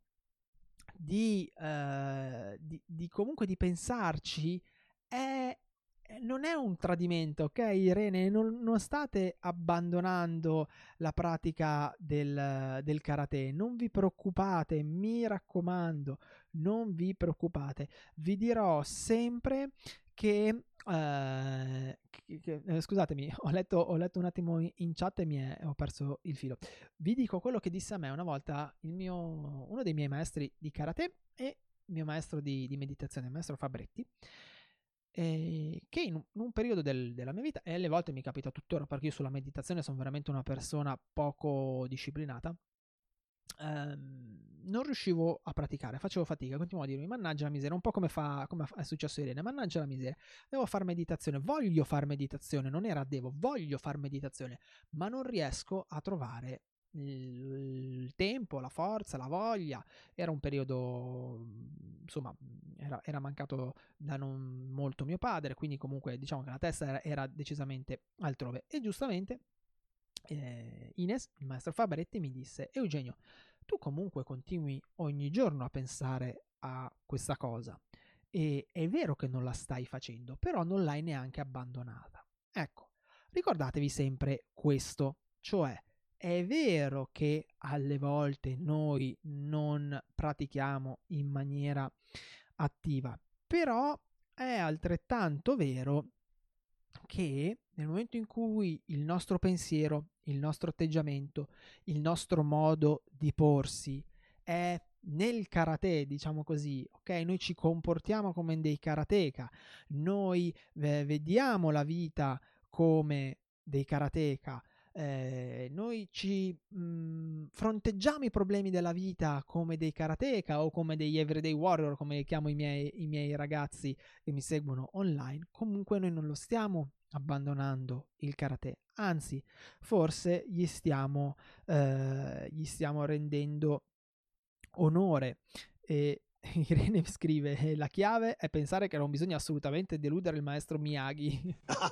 A: di, eh, di, di comunque di pensarci, è, non è un tradimento, ok Irene? Non, non state abbandonando la pratica del, del karate, non vi preoccupate, mi raccomando, non vi preoccupate. Vi dirò sempre che, eh, che, che eh, scusatemi, ho letto, ho letto un attimo in chat e mi è, ho perso il filo. Vi dico quello che disse a me una volta il mio, uno dei miei maestri di karate e il mio maestro di, di meditazione, il maestro Fabretti, eh, che in un, in un periodo del, della mia vita, e alle volte mi capita tuttora perché io sulla meditazione sono veramente una persona poco disciplinata, ehm, non riuscivo a praticare, facevo fatica, continuavo a dirmi mannaggia la miseria, un po' come, fa, come è successo a Irene, mannaggia la miseria, devo fare meditazione, voglio fare meditazione, non era devo, voglio fare meditazione, ma non riesco a trovare il tempo, la forza, la voglia. Era un periodo, insomma, era, era mancato da non molto mio padre, quindi comunque diciamo che la testa era, era decisamente altrove. E giustamente eh, Ines, il maestro Fabretti, mi disse: Eugenio, tu comunque continui ogni giorno a pensare a questa cosa, e è vero che non la stai facendo, però non l'hai neanche abbandonata. Ecco, ricordatevi sempre questo, cioè è vero che alle volte noi non pratichiamo in maniera attiva, però è altrettanto vero che nel momento in cui il nostro pensiero, il nostro atteggiamento, il nostro modo di porsi è nel karate, diciamo così, ok? Noi ci comportiamo come dei karateka, noi eh, vediamo la vita come dei karateka, eh, noi ci mh, fronteggiamo i problemi della vita come dei karateka o come degli everyday warrior, come chiamo i miei, i miei ragazzi che mi seguono online. Comunque noi non lo stiamo abbandonando il karate, anzi forse gli stiamo, eh, gli stiamo rendendo onore, e Irene scrive: la chiave è pensare che non bisogna assolutamente deludere il maestro Miyagi.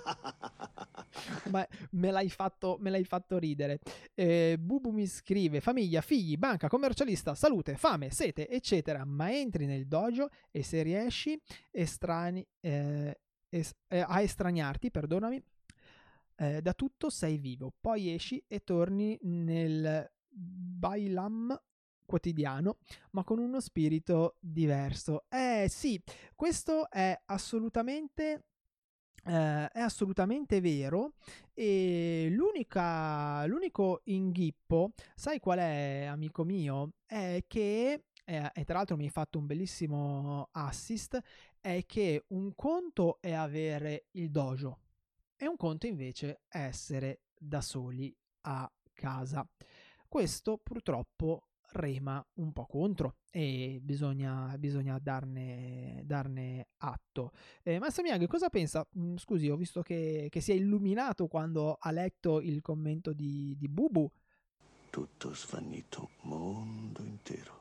A: Ma me l'hai fatto, me l'hai fatto ridere. eh, Bubu mi scrive: famiglia, figli, banca, commercialista, salute, fame, sete, eccetera, ma entri nel dojo e se riesci estrani, eh, es- eh, a estraniarti, perdonami, eh, da tutto sei vivo, poi esci e torni nel bailam quotidiano, ma con uno spirito diverso. Eh sì, questo è assolutamente eh, è assolutamente vero. E l'unica, l'unico inghippo, sai qual è, amico mio? È che, eh, e tra l'altro mi hai fatto un bellissimo assist, è che un conto è avere il dojo e un conto invece è essere da soli a casa. Questo purtroppo rema un po' contro e bisogna, bisogna darne, darne atto. Eh, Maestro Miyagi, cosa pensa? Mm, Scusi, ho visto che, che si è illuminato quando ha letto il commento di, di Bubu.
B: Tutto svanito, mondo intero.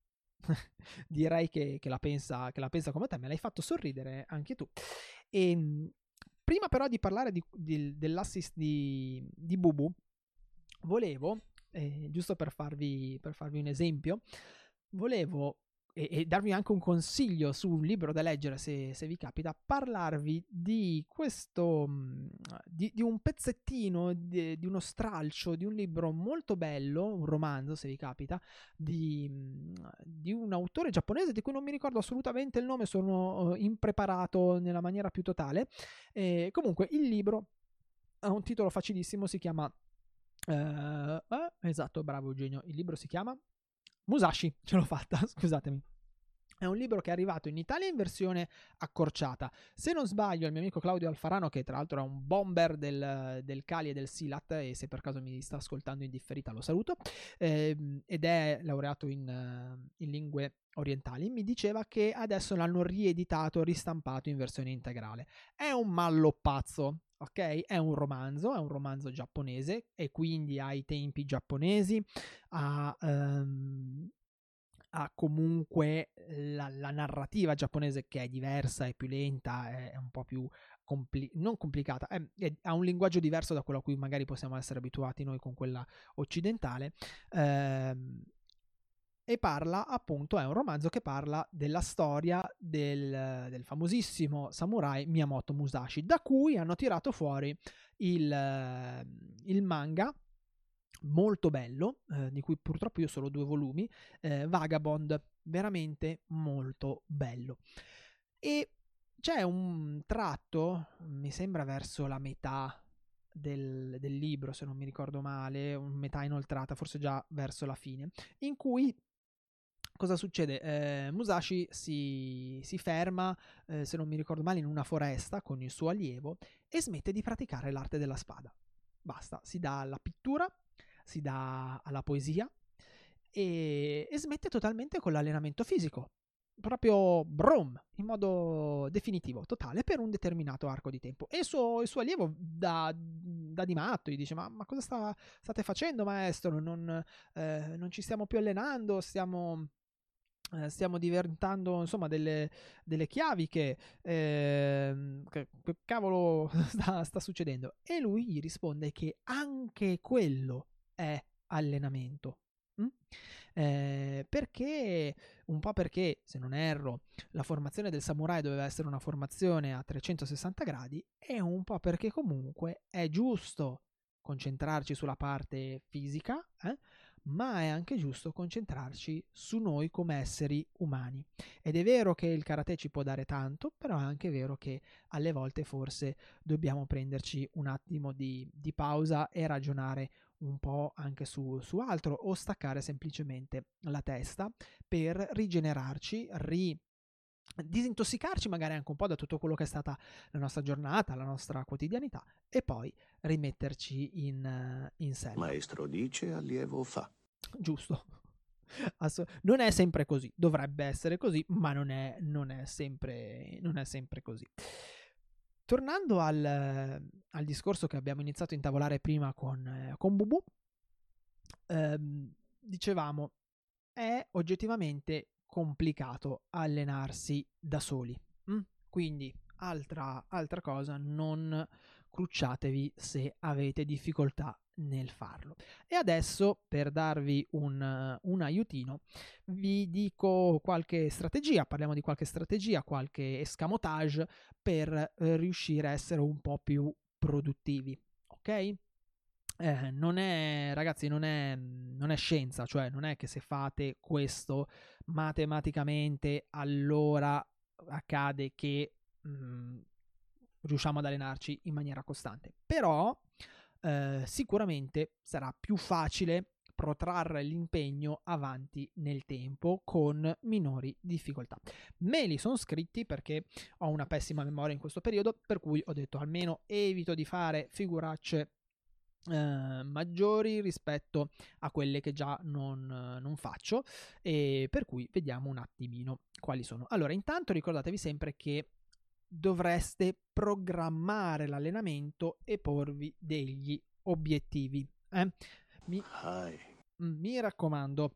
A: Direi che, che la pensa, che la pensa come te, me l'hai fatto sorridere anche tu. E, mh, prima però di parlare di, di- dell'assist di, di Bubu, volevo, eh, giusto per farvi, per farvi un esempio, volevo e, e darvi anche un consiglio su un libro da leggere se, se vi capita, parlarvi di questo, mh, di, di un pezzettino, di, di uno stralcio di un libro molto bello, un romanzo se vi capita, di, mh, di un autore giapponese di cui non mi ricordo assolutamente il nome, sono eh, impreparato nella maniera più totale. Eh, comunque il libro ha un titolo facilissimo, si chiama eh, eh, esatto, bravo Eugenio, il libro si chiama Musashi, ce l'ho fatta, scusatemi. È un libro che è arrivato in Italia in versione accorciata. Se non sbaglio, il mio amico Claudio Alfarano, che tra l'altro è un bomber del, del Cali e del Silat, e se per caso mi sta ascoltando in differita lo saluto, ehm, ed è laureato in, eh, in lingue orientali, mi diceva che adesso l'hanno rieditato, ristampato in versione integrale. È un malloppazzo, ok? È un romanzo, è un romanzo giapponese e quindi ha i tempi giapponesi, ha... ehm, ha comunque la, la narrativa giapponese che è diversa, è più lenta, è, è un po' più compli- non complicata, è, è, ha un linguaggio diverso da quello a cui magari possiamo essere abituati noi con quella occidentale. Ehm, e parla appunto, è un romanzo che parla della storia del, del famosissimo samurai Miyamoto Musashi, da cui hanno tirato fuori il, il manga molto bello, eh, di cui purtroppo io ho solo due volumi, eh, Vagabond, veramente molto bello. E c'è un tratto, mi sembra verso la metà del, del libro, se non mi ricordo male, un metà inoltrata, forse già verso la fine, in cui cosa succede? Eh, Musashi si, si ferma, eh, se non mi ricordo male, in una foresta con il suo allievo e smette di praticare l'arte della spada. Basta, si dà alla pittura, si dà alla poesia e, e smette totalmente con l'allenamento fisico. Proprio brum, in modo definitivo, totale, per un determinato arco di tempo. E il suo, il suo allievo da, da di matto gli dice: Ma, ma cosa sta, state facendo, maestro? Non, eh, non ci stiamo più allenando, stiamo eh, stiamo diventando insomma delle, delle chiavi che, eh, che, che cavolo sta, sta succedendo, e lui gli risponde che anche quello è allenamento. Mm? Eh, perché un po' perché, se non erro, la formazione del samurai doveva essere una formazione a trecentosessanta gradi, e un po' perché comunque è giusto concentrarci sulla parte fisica, eh? Ma è anche giusto concentrarci su noi come esseri umani. Ed è vero che il karate ci può dare tanto, però è anche vero che alle volte forse dobbiamo prenderci un attimo di, di pausa e ragionare un po' anche su, su altro, o staccare semplicemente la testa per rigenerarci, ri disintossicarci magari anche un po' da tutto quello che è stata la nostra giornata, la nostra quotidianità, e poi rimetterci in, in sella.
B: Maestro dice, allievo fa.
A: Giusto. Ass- non è sempre così, dovrebbe essere così, ma non è, non è, sempre, non è sempre così. Tornando al, al discorso che abbiamo iniziato a intavolare prima con, eh, con Bubu, ehm, dicevamo, è oggettivamente complicato allenarsi da soli. Mm? Quindi altra, altra cosa, non crucciatevi se avete difficoltà nel farlo. E adesso, per darvi un, un aiutino, vi dico qualche strategia, parliamo di qualche strategia, qualche escamotage per eh, riuscire a essere un po' più produttivi, ok? Eh, non è, ragazzi, non è, non è scienza, cioè non è che se fate questo matematicamente allora accade che mh, riusciamo ad allenarci in maniera costante. Però eh, sicuramente sarà più facile protrarre l'impegno avanti nel tempo con minori difficoltà. Me li sono scritti perché ho una pessima memoria in questo periodo, per cui ho detto almeno evito di fare figuracce Eh, maggiori rispetto a quelle che già non, non faccio, e per cui vediamo un attimino quali sono. Allora, intanto ricordatevi sempre che dovreste programmare l'allenamento e porvi degli obiettivi. Eh? Mi, mi raccomando,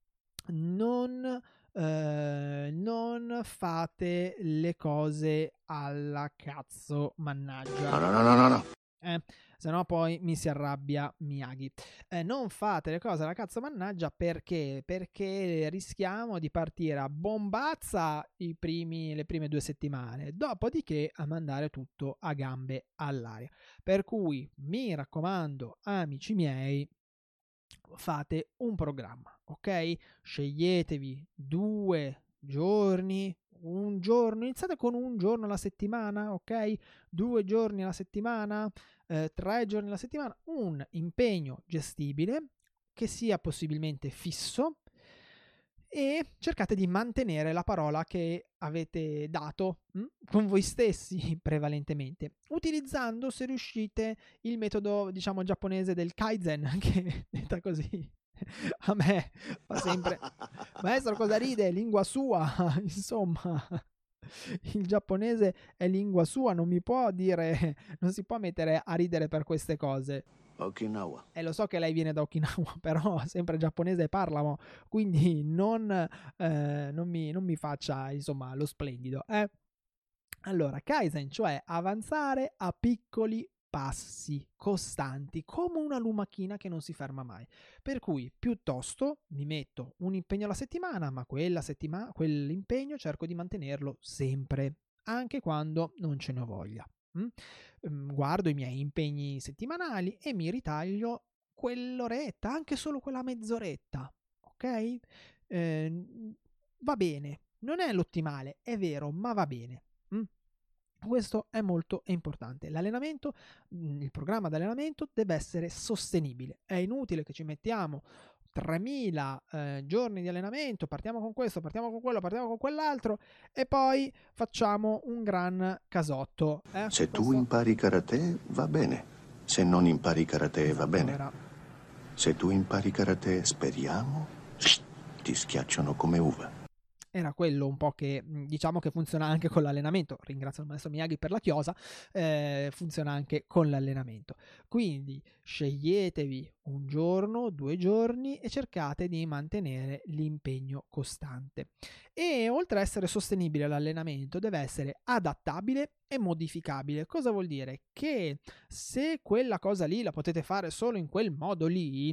A: non, eh, non fate le cose alla cazzo, mannaggia.
B: No, no, no, no, no, no.
A: Eh, se no poi mi si arrabbia Miyagi. Eh, non fate le cose alla cazzo mannaggia perché? Perché rischiamo di partire a bombazza i primi, le prime due settimane, dopodiché a mandare tutto a gambe all'aria. Per cui mi raccomando, amici miei, fate un programma, ok? Sceglietevi due giorni, un giorno, iniziate con un giorno alla settimana, ok? Due giorni alla settimana, eh, tre giorni alla settimana, un impegno gestibile che sia possibilmente fisso e cercate di mantenere la parola che avete dato hm? con voi stessi prevalentemente, utilizzando, se riuscite, il metodo, diciamo, giapponese del Kaizen, che detta così a me fa sempre maestro cosa ride, lingua sua. Insomma, il giapponese è lingua sua, non mi può dire, non si può mettere a ridere per queste cose.
B: Okinawa.
A: E lo so che lei viene da Okinawa, però sempre giapponese parlano, quindi non, eh, non, mi, non mi faccia, insomma, lo splendido. Eh? Allora, Kaizen, cioè avanzare a piccoli passi costanti, come una lumachina che non si ferma mai. Per cui, piuttosto, mi metto un impegno alla settimana, ma quella settimana, quell'impegno cerco di mantenerlo sempre, anche quando non ce ne ho voglia. Mm? Guardo i miei impegni settimanali e mi ritaglio quell'oretta, anche solo quella mezz'oretta, ok? Eh, va bene, non è l'ottimale, è vero, ma va bene. Mm? Questo è molto importante. L'allenamento, il programma di allenamento deve essere sostenibile. È inutile che ci mettiamo tremila eh, giorni di allenamento, partiamo con questo, partiamo con quello, partiamo con quell'altro e poi facciamo un gran casotto. Eh?
B: Se
A: questo...
B: tu impari karate va bene, se non impari karate
A: esatto,
B: va bene.
A: Era...
B: Se tu impari karate, speriamo, ti schiacciano come uva.
A: Era quello un po' che, diciamo, che funziona anche con l'allenamento. Ringrazio il maestro Miyagi per la chiosa, eh, funziona anche con l'allenamento. Quindi sceglietevi un giorno, due giorni e cercate di mantenere l'impegno costante. E oltre a essere sostenibile l'allenamento, deve essere adattabile e modificabile. Cosa vuol dire? Che se quella cosa lì la potete fare solo in quel modo lì,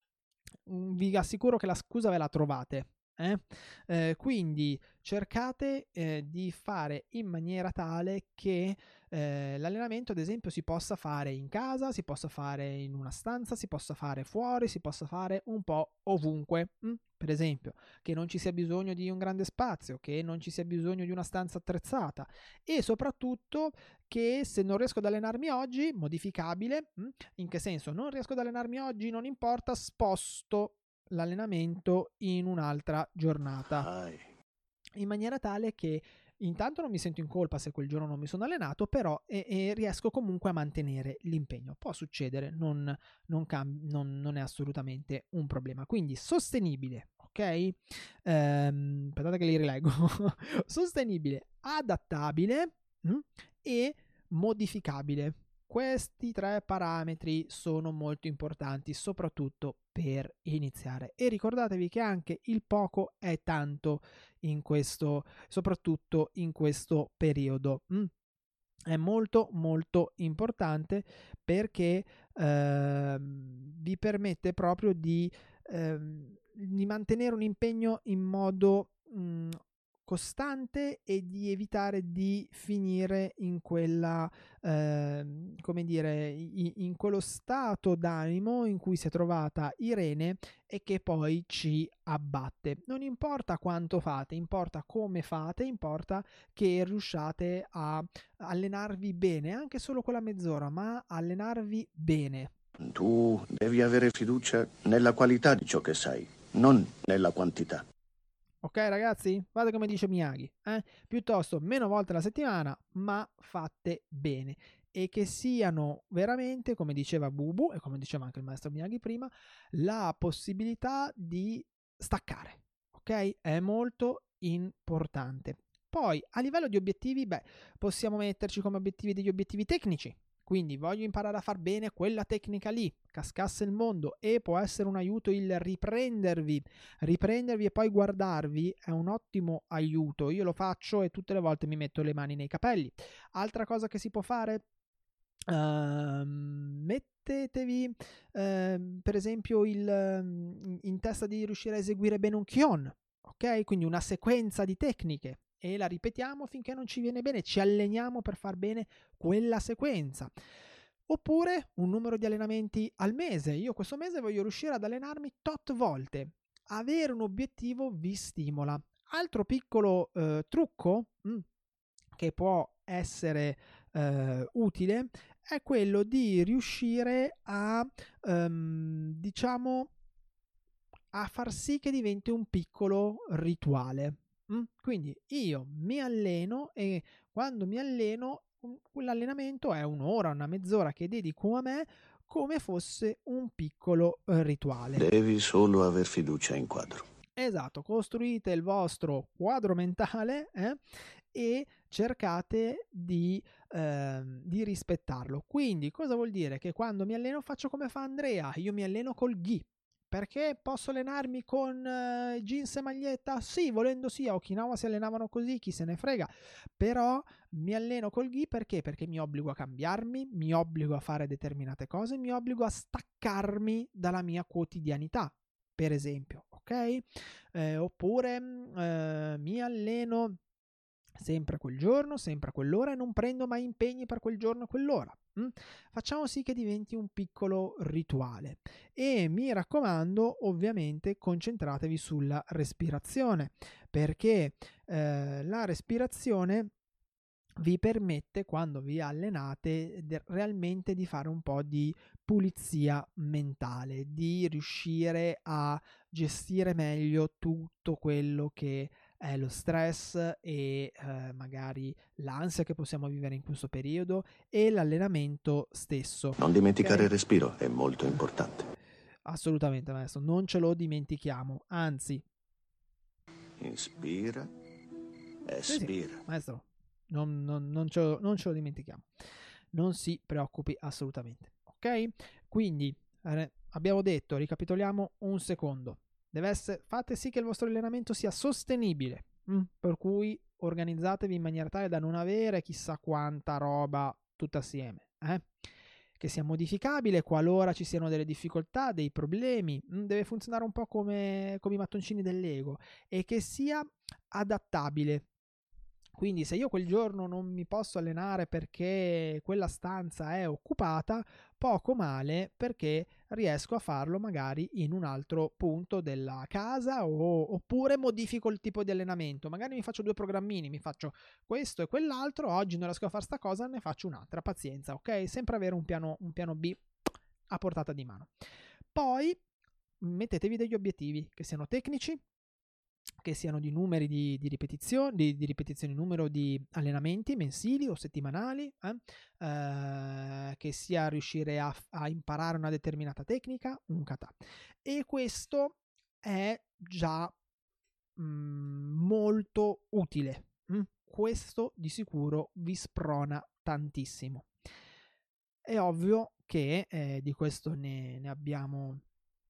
A: vi assicuro che la scusa ve la trovate. Eh? Eh, quindi cercate eh, di fare in maniera tale che eh, l'allenamento, ad esempio, si possa fare in casa, si possa fare in una stanza, si possa fare fuori, si possa fare un po' ovunque. Mm? Per esempio, che non ci sia bisogno di un grande spazio, che non ci sia bisogno di una stanza attrezzata e soprattutto che se non riesco ad allenarmi oggi, modificabile. Mm? In che senso? Non riesco ad allenarmi oggi, non importa, sposto l'allenamento in un'altra giornata, in maniera tale che intanto non mi sento in colpa se quel giorno non mi sono allenato, però e, e riesco comunque a mantenere l'impegno. Può succedere, non, non, cam- non, non è assolutamente un problema. Quindi sostenibile, ok? Ehm, aspettate che li rileggo. Sostenibile, adattabile mh? e modificabile. Questi tre parametri sono molto importanti, soprattutto per iniziare. E ricordatevi che anche il poco è tanto in questo, soprattutto in questo periodo. Mm? È molto molto importante perché eh, vi permette proprio di, eh, di mantenere un impegno in modo mh, costante e di evitare di finire in quella eh, come dire in, in quello stato d'animo in cui si è trovata Irene e che poi ci abbatte. Non importa quanto fate, importa come fate, importa che riusciate a allenarvi bene, anche solo quella mezz'ora, ma allenarvi bene.
B: Tu devi avere fiducia nella qualità di ciò che sai, non nella quantità.
A: Ok ragazzi? Fate come dice Miyagi, eh? Piuttosto meno volte alla settimana, ma fatte bene. E che siano veramente, come diceva Bubu, e come diceva anche il maestro Miyagi prima, la possibilità di staccare. Ok? È molto importante. Poi, a livello di obiettivi, beh, possiamo metterci come obiettivi degli obiettivi tecnici. Quindi voglio imparare a far bene quella tecnica lì, cascasse il mondo, e può essere un aiuto il riprendervi. Riprendervi e poi guardarvi è un ottimo aiuto. Io lo faccio e tutte le volte mi metto le mani nei capelli. Altra cosa che si può fare? Uh, mettetevi uh, per esempio il, uh, in testa di riuscire a eseguire bene un Kion, ok? Quindi una sequenza di tecniche e la ripetiamo finché non ci viene bene, ci alleniamo per far bene quella sequenza. Oppure un numero di allenamenti al mese. Io questo mese voglio riuscire ad allenarmi tot volte. Avere un obiettivo vi stimola. Altro piccolo uh, trucco mh, che può essere uh, utile è quello di riuscire a um, diciamo a far sì che diventi un piccolo rituale. Mm? Quindi io mi alleno e quando mi alleno quell'allenamento è un'ora, una mezz'ora che dedico a me come fosse un piccolo eh, rituale.
B: Devi solo aver fiducia in quadro.
A: Esatto, costruite il vostro quadro mentale eh, e cercate di, eh, di rispettarlo. Quindi cosa vuol dire? Che quando mi alleno faccio come fa Andrea, io mi alleno col ghi. Perché posso allenarmi con uh, jeans e maglietta? Sì, volendo sì, a Okinawa si allenavano così, chi se ne frega. Però mi alleno col gi perché? Perché mi obbligo a cambiarmi, mi obbligo a fare determinate cose, mi obbligo a staccarmi dalla mia quotidianità, per esempio, ok? Eh, oppure eh, mi alleno sempre quel giorno, sempre a quell'ora e non prendo mai impegni per quel giorno e quell'ora. Mm? Facciamo sì che diventi un piccolo rituale e mi raccomando, ovviamente concentratevi sulla respirazione, perché eh, la respirazione vi permette, quando vi allenate, de- realmente di fare un po' di pulizia mentale, di riuscire a gestire meglio tutto quello che è lo stress e eh, magari l'ansia che possiamo vivere in questo periodo e l'allenamento stesso.
B: Non dimenticare
A: Okay?
B: il respiro, è molto importante.
A: Assolutamente, maestro, non ce lo dimentichiamo, anzi.
B: Inspira,
A: Sì, sì,
B: espira.
A: maestro, non, non, non, ce lo, non ce lo dimentichiamo. Non si preoccupi assolutamente, ok? Quindi eh, abbiamo detto, ricapitoliamo un secondo. Deve essere, fate sì che il vostro allenamento sia sostenibile, mh? Per cui organizzatevi in maniera tale da non avere chissà quanta roba tutta assieme, eh? Che sia modificabile qualora ci siano delle difficoltà, dei problemi, mh? Deve funzionare un po' come, come i mattoncini del Lego e che sia adattabile. Quindi se io quel giorno non mi posso allenare perché quella stanza è occupata, poco male, perché riesco a farlo magari in un altro punto della casa o, oppure modifico il tipo di allenamento. Magari mi faccio due programmini, mi faccio questo e quell'altro, oggi non riesco a fare sta cosa, ne faccio un'altra, pazienza, ok? Sempre avere un piano, un piano B a portata di mano. Poi mettetevi degli obiettivi che siano tecnici, che siano di numeri di, di ripetizioni, di, di ripetizioni, numero di allenamenti mensili o settimanali, eh? Eh, che sia riuscire a, a imparare una determinata tecnica, un kata. E questo è già mh, molto utile. Mh? Questo di sicuro vi sprona tantissimo. È ovvio che eh, di questo ne, ne abbiamo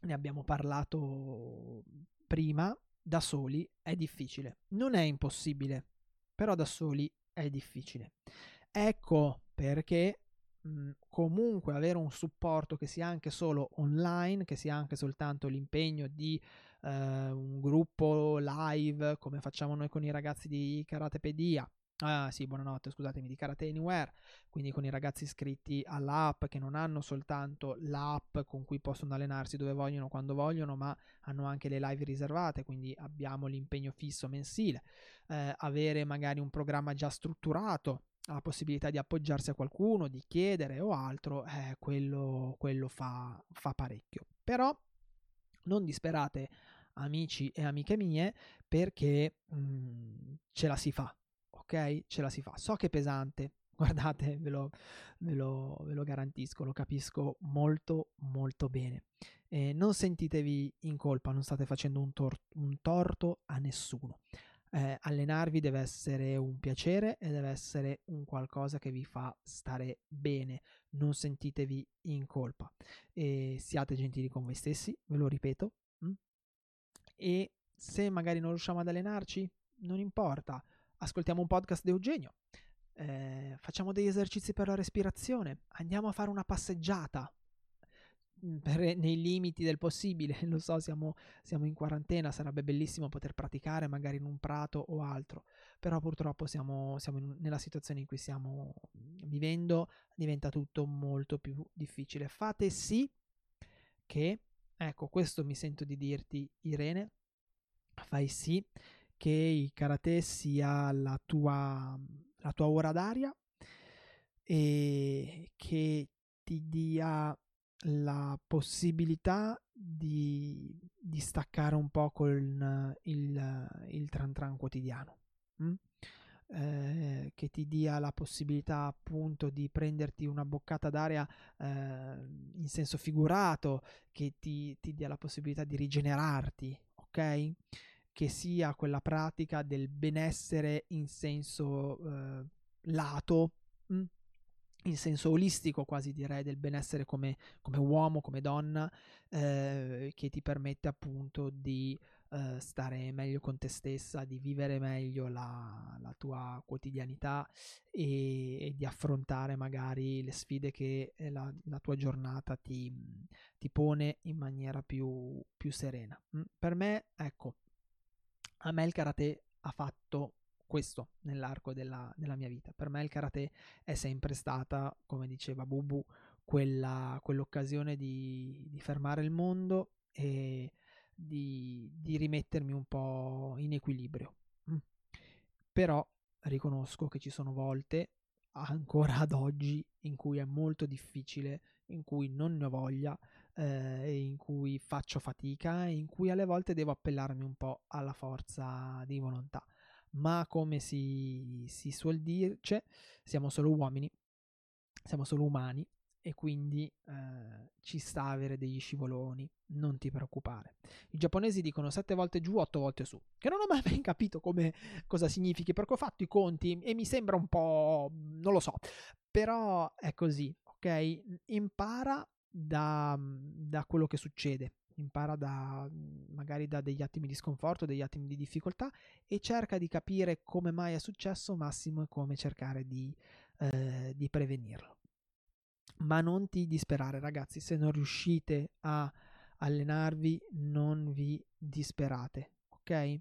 A: ne abbiamo parlato prima, da soli è difficile. Non è impossibile, però da soli è difficile. Ecco perché mh, comunque avere un supporto che sia anche solo online, che sia anche soltanto l'impegno di eh, un gruppo live come facciamo noi con i ragazzi di Karatepedia. Ah sì, buonanotte, scusatemi, di Karate Anywhere, quindi con i ragazzi iscritti all'app che non hanno soltanto l'app con cui possono allenarsi dove vogliono, quando vogliono, ma hanno anche le live riservate, quindi abbiamo l'impegno fisso mensile, eh, avere magari un programma già strutturato, la possibilità di appoggiarsi a qualcuno, di chiedere o altro, eh, quello, quello fa, fa parecchio. Però non disperate, amici e amiche mie, perché mh, ce la si fa, ok? Ce la si fa. So che è pesante, guardate, ve lo, ve lo, ve lo garantisco, lo capisco molto molto bene. Eh, non sentitevi in colpa, non state facendo un, tor- un torto a nessuno. Eh, allenarvi deve essere un piacere e deve essere un qualcosa che vi fa stare bene. Non sentitevi in colpa e siate gentili con voi stessi, ve lo ripeto. Mm? E se magari non riusciamo ad allenarci, non importa, ascoltiamo un podcast di Eugenio, eh, facciamo degli esercizi per la respirazione, andiamo a fare una passeggiata. Per, nei limiti del possibile, lo so, siamo, siamo in quarantena, sarebbe bellissimo poter praticare magari in un prato o altro, però purtroppo siamo, siamo in, nella situazione in cui stiamo vivendo, diventa tutto molto più difficile. Fate sì che, ecco, questo mi sento di dirti, Irene, fai sì che il karate sia la tua, la tua ora d'aria e che ti dia la possibilità di, di staccare un po' con il, il tran tran quotidiano. Mm? Eh, che ti dia la possibilità appunto di prenderti una boccata d'aria eh, in senso figurato, che ti, ti dia la possibilità di rigenerarti, ok? Che sia quella pratica del benessere in senso eh, lato, mh? In senso olistico quasi direi, del benessere come, come uomo, come donna, eh, che ti permette appunto di eh, stare meglio con te stessa, di vivere meglio la, la tua quotidianità e, e di affrontare magari le sfide che la, la tua giornata ti, ti pone in maniera più, più serena. Mm? Per me, ecco, a me il karate ha fatto questo nell'arco della, della mia vita. Per me il karate è sempre stata, come diceva Bubu, quella, quell'occasione di, di fermare il mondo e di, di rimettermi un po' in equilibrio. Mm. Però riconosco che ci sono volte, ancora ad oggi, in cui è molto difficile, in cui non ne ho voglia, eh, in cui faccio fatica e in cui alle volte devo appellarmi un po' alla forza di volontà. Ma come si, si suol dirce, siamo solo uomini, siamo solo umani e quindi eh, ci sta avere degli scivoloni, non ti preoccupare. I giapponesi dicono sette volte giù, otto volte su, che non ho mai ben capito come, cosa significhi, perché ho fatto i conti e mi sembra un po', non lo so, però è così, ok? Impara da, da quello che succede, impara da, magari da degli attimi di sconforto, degli attimi di difficoltà e cerca di capire come mai è successo massimo e come cercare di, eh, di prevenirlo. Ma non ti disperare, ragazzi, se non riuscite a allenarvi non vi disperate, ok?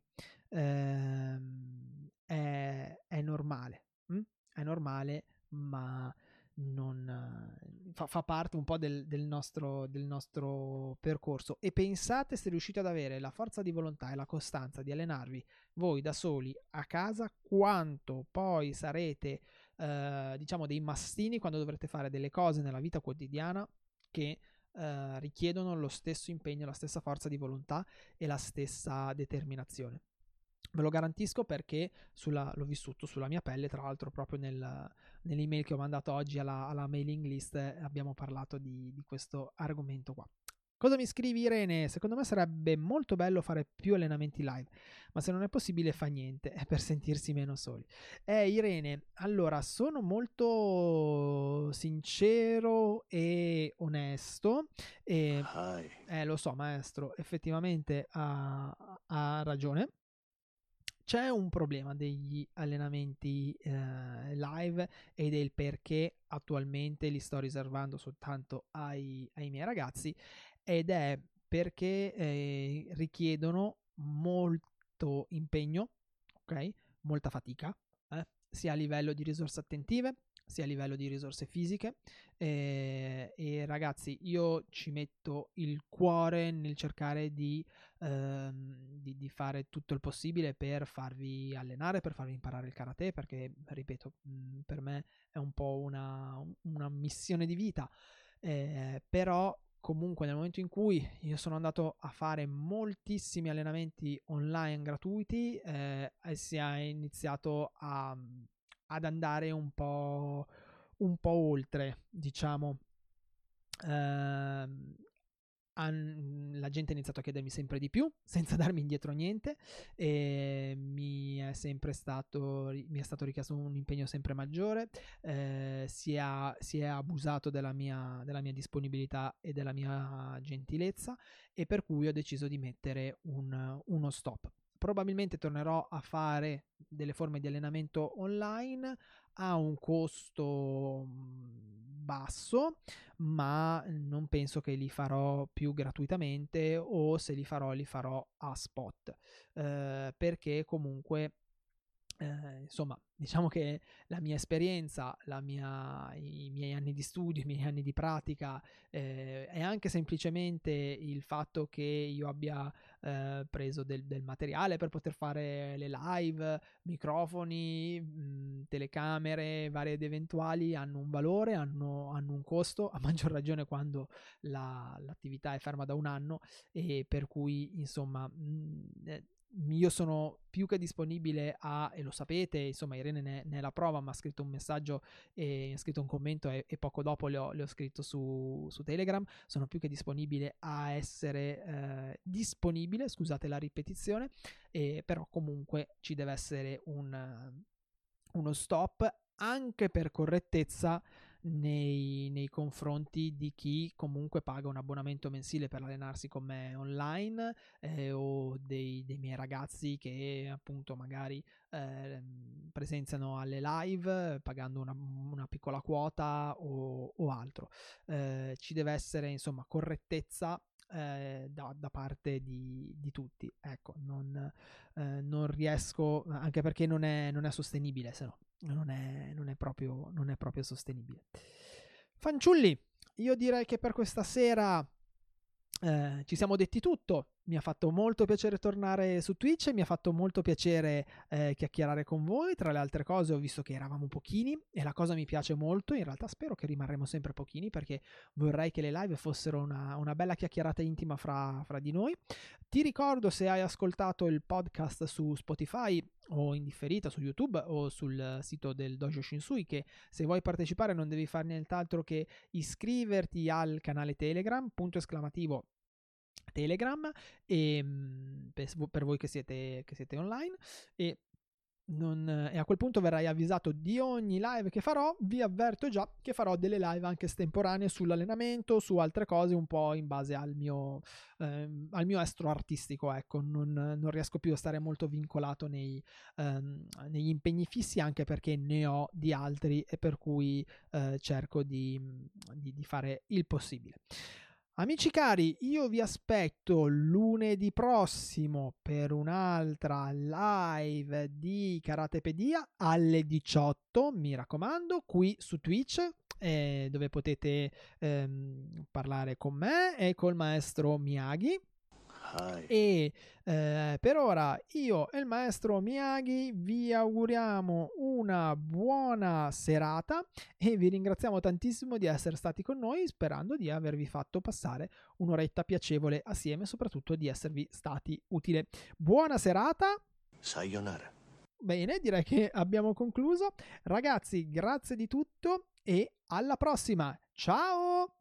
A: Ehm, è, è normale, hm? È normale, ma non fa, fa parte un po' del, del, nostro, del nostro percorso. E pensate, se riuscite ad avere la forza di volontà e la costanza di allenarvi voi da soli a casa, quanto poi sarete eh, diciamo dei mastini quando dovrete fare delle cose nella vita quotidiana che eh, richiedono lo stesso impegno, la stessa forza di volontà e la stessa determinazione. Ve lo garantisco perché sulla, l'ho vissuto sulla mia pelle, tra l'altro proprio nel, nell'email che ho mandato oggi alla, alla mailing list eh, abbiamo parlato di, di questo argomento qua. Cosa mi scrivi, Irene? Secondo me sarebbe molto bello fare più allenamenti live, ma se non è possibile fa niente, è per sentirsi meno soli. Eh, Irene, allora sono molto sincero e onesto e eh, lo so, maestro, effettivamente ha, ha ragione. C'è un problema degli allenamenti eh, live e del perché attualmente li sto riservando soltanto ai, ai miei ragazzi, ed è perché eh, richiedono molto impegno, ok? Molta fatica, eh? sia a livello di risorse attentive, sia a livello di risorse fisiche. Eh, e ragazzi, io ci metto il cuore nel cercare di Ehm, di, di fare tutto il possibile per farvi allenare, per farvi imparare il karate, perché ripeto, mh, per me è un po' una, una missione di vita, eh, però comunque nel momento in cui io sono andato a fare moltissimi allenamenti online gratuiti, eh, si è iniziato a, ad andare un po', un po' oltre, diciamo. Ehm, la gente ha iniziato a chiedermi sempre di più senza darmi indietro niente, e mi è sempre stato mi è stato richiesto un impegno sempre maggiore, eh, si, è, si è abusato della mia, della mia disponibilità e della mia gentilezza, e per cui ho deciso di mettere un, uno stop. Probabilmente tornerò a fare delle forme di allenamento online a un costo basso, ma non penso che li farò più gratuitamente, o se li farò li farò a spot, eh, perché comunque eh, insomma, diciamo che la mia esperienza, la mia, i miei anni di studio, i miei anni di pratica, eh, è anche semplicemente il fatto che io abbia eh, preso del, del materiale per poter fare le live, microfoni, mh, telecamere varie ed eventuali, hanno un valore, hanno, hanno un costo, a maggior ragione quando la, l'attività è ferma da un anno, e per cui insomma mh, io sono più che disponibile a, e lo sapete, insomma Irene ne, ne è la prova, mi ha scritto un messaggio e mi ha scritto un commento, e, e poco dopo le ho, le ho scritto su, su Telegram, sono più che disponibile a essere eh, disponibile, scusate la ripetizione, eh, però comunque ci deve essere un, uno stop, anche per correttezza nei, nei confronti di chi comunque paga un abbonamento mensile per allenarsi con me online, eh, o dei, dei miei ragazzi che appunto magari eh, presenziano alle live pagando una, una piccola quota o, o altro. Eh, ci deve essere insomma correttezza eh, da, da parte di, di tutti, ecco, non, eh, non riesco, anche perché non è, non è sostenibile, se no non è, non è proprio, non è proprio sostenibile. Fanciulli, io direi che per questa sera eh, ci siamo detti tutto. Mi ha fatto molto piacere tornare su Twitch, mi ha fatto molto piacere eh, chiacchierare con voi. Tra le altre cose ho visto che eravamo pochini, e la cosa mi piace molto. In realtà spero che rimarremo sempre pochini, perché vorrei che le live fossero una, una bella chiacchierata intima fra, fra di noi. Ti ricordo, se hai ascoltato il podcast su Spotify o in differita su YouTube o sul sito del Dojo Shinsui, che se vuoi partecipare non devi fare nient'altro che iscriverti al canale Telegram, punto esclamativo Telegram, e per voi che siete, che siete online, e, non, e a quel punto verrai avvisato di ogni live che farò. Vi avverto già che farò delle live anche estemporanee sull'allenamento, su altre cose, un po' in base al mio, ehm, al mio estro artistico, ecco. non, non riesco più a stare molto vincolato nei, ehm, negli impegni fissi, anche perché ne ho di altri, e per cui eh, cerco di, di, di fare il possibile. Amici cari, io vi aspetto lunedì prossimo per un'altra live di Karatepedia alle diciotto, mi raccomando, qui su Twitch, eh, dove potete ehm, parlare con me e col maestro Miyagi. E eh, per ora io e il maestro Miyagi vi auguriamo una buona serata, e vi ringraziamo tantissimo di essere stati con noi, sperando di avervi fatto passare un'oretta piacevole assieme, e soprattutto di esservi stati utile. Buona serata.
B: Sayonara.
A: Bene, direi che abbiamo concluso. Ragazzi, grazie di tutto e alla prossima. Ciao!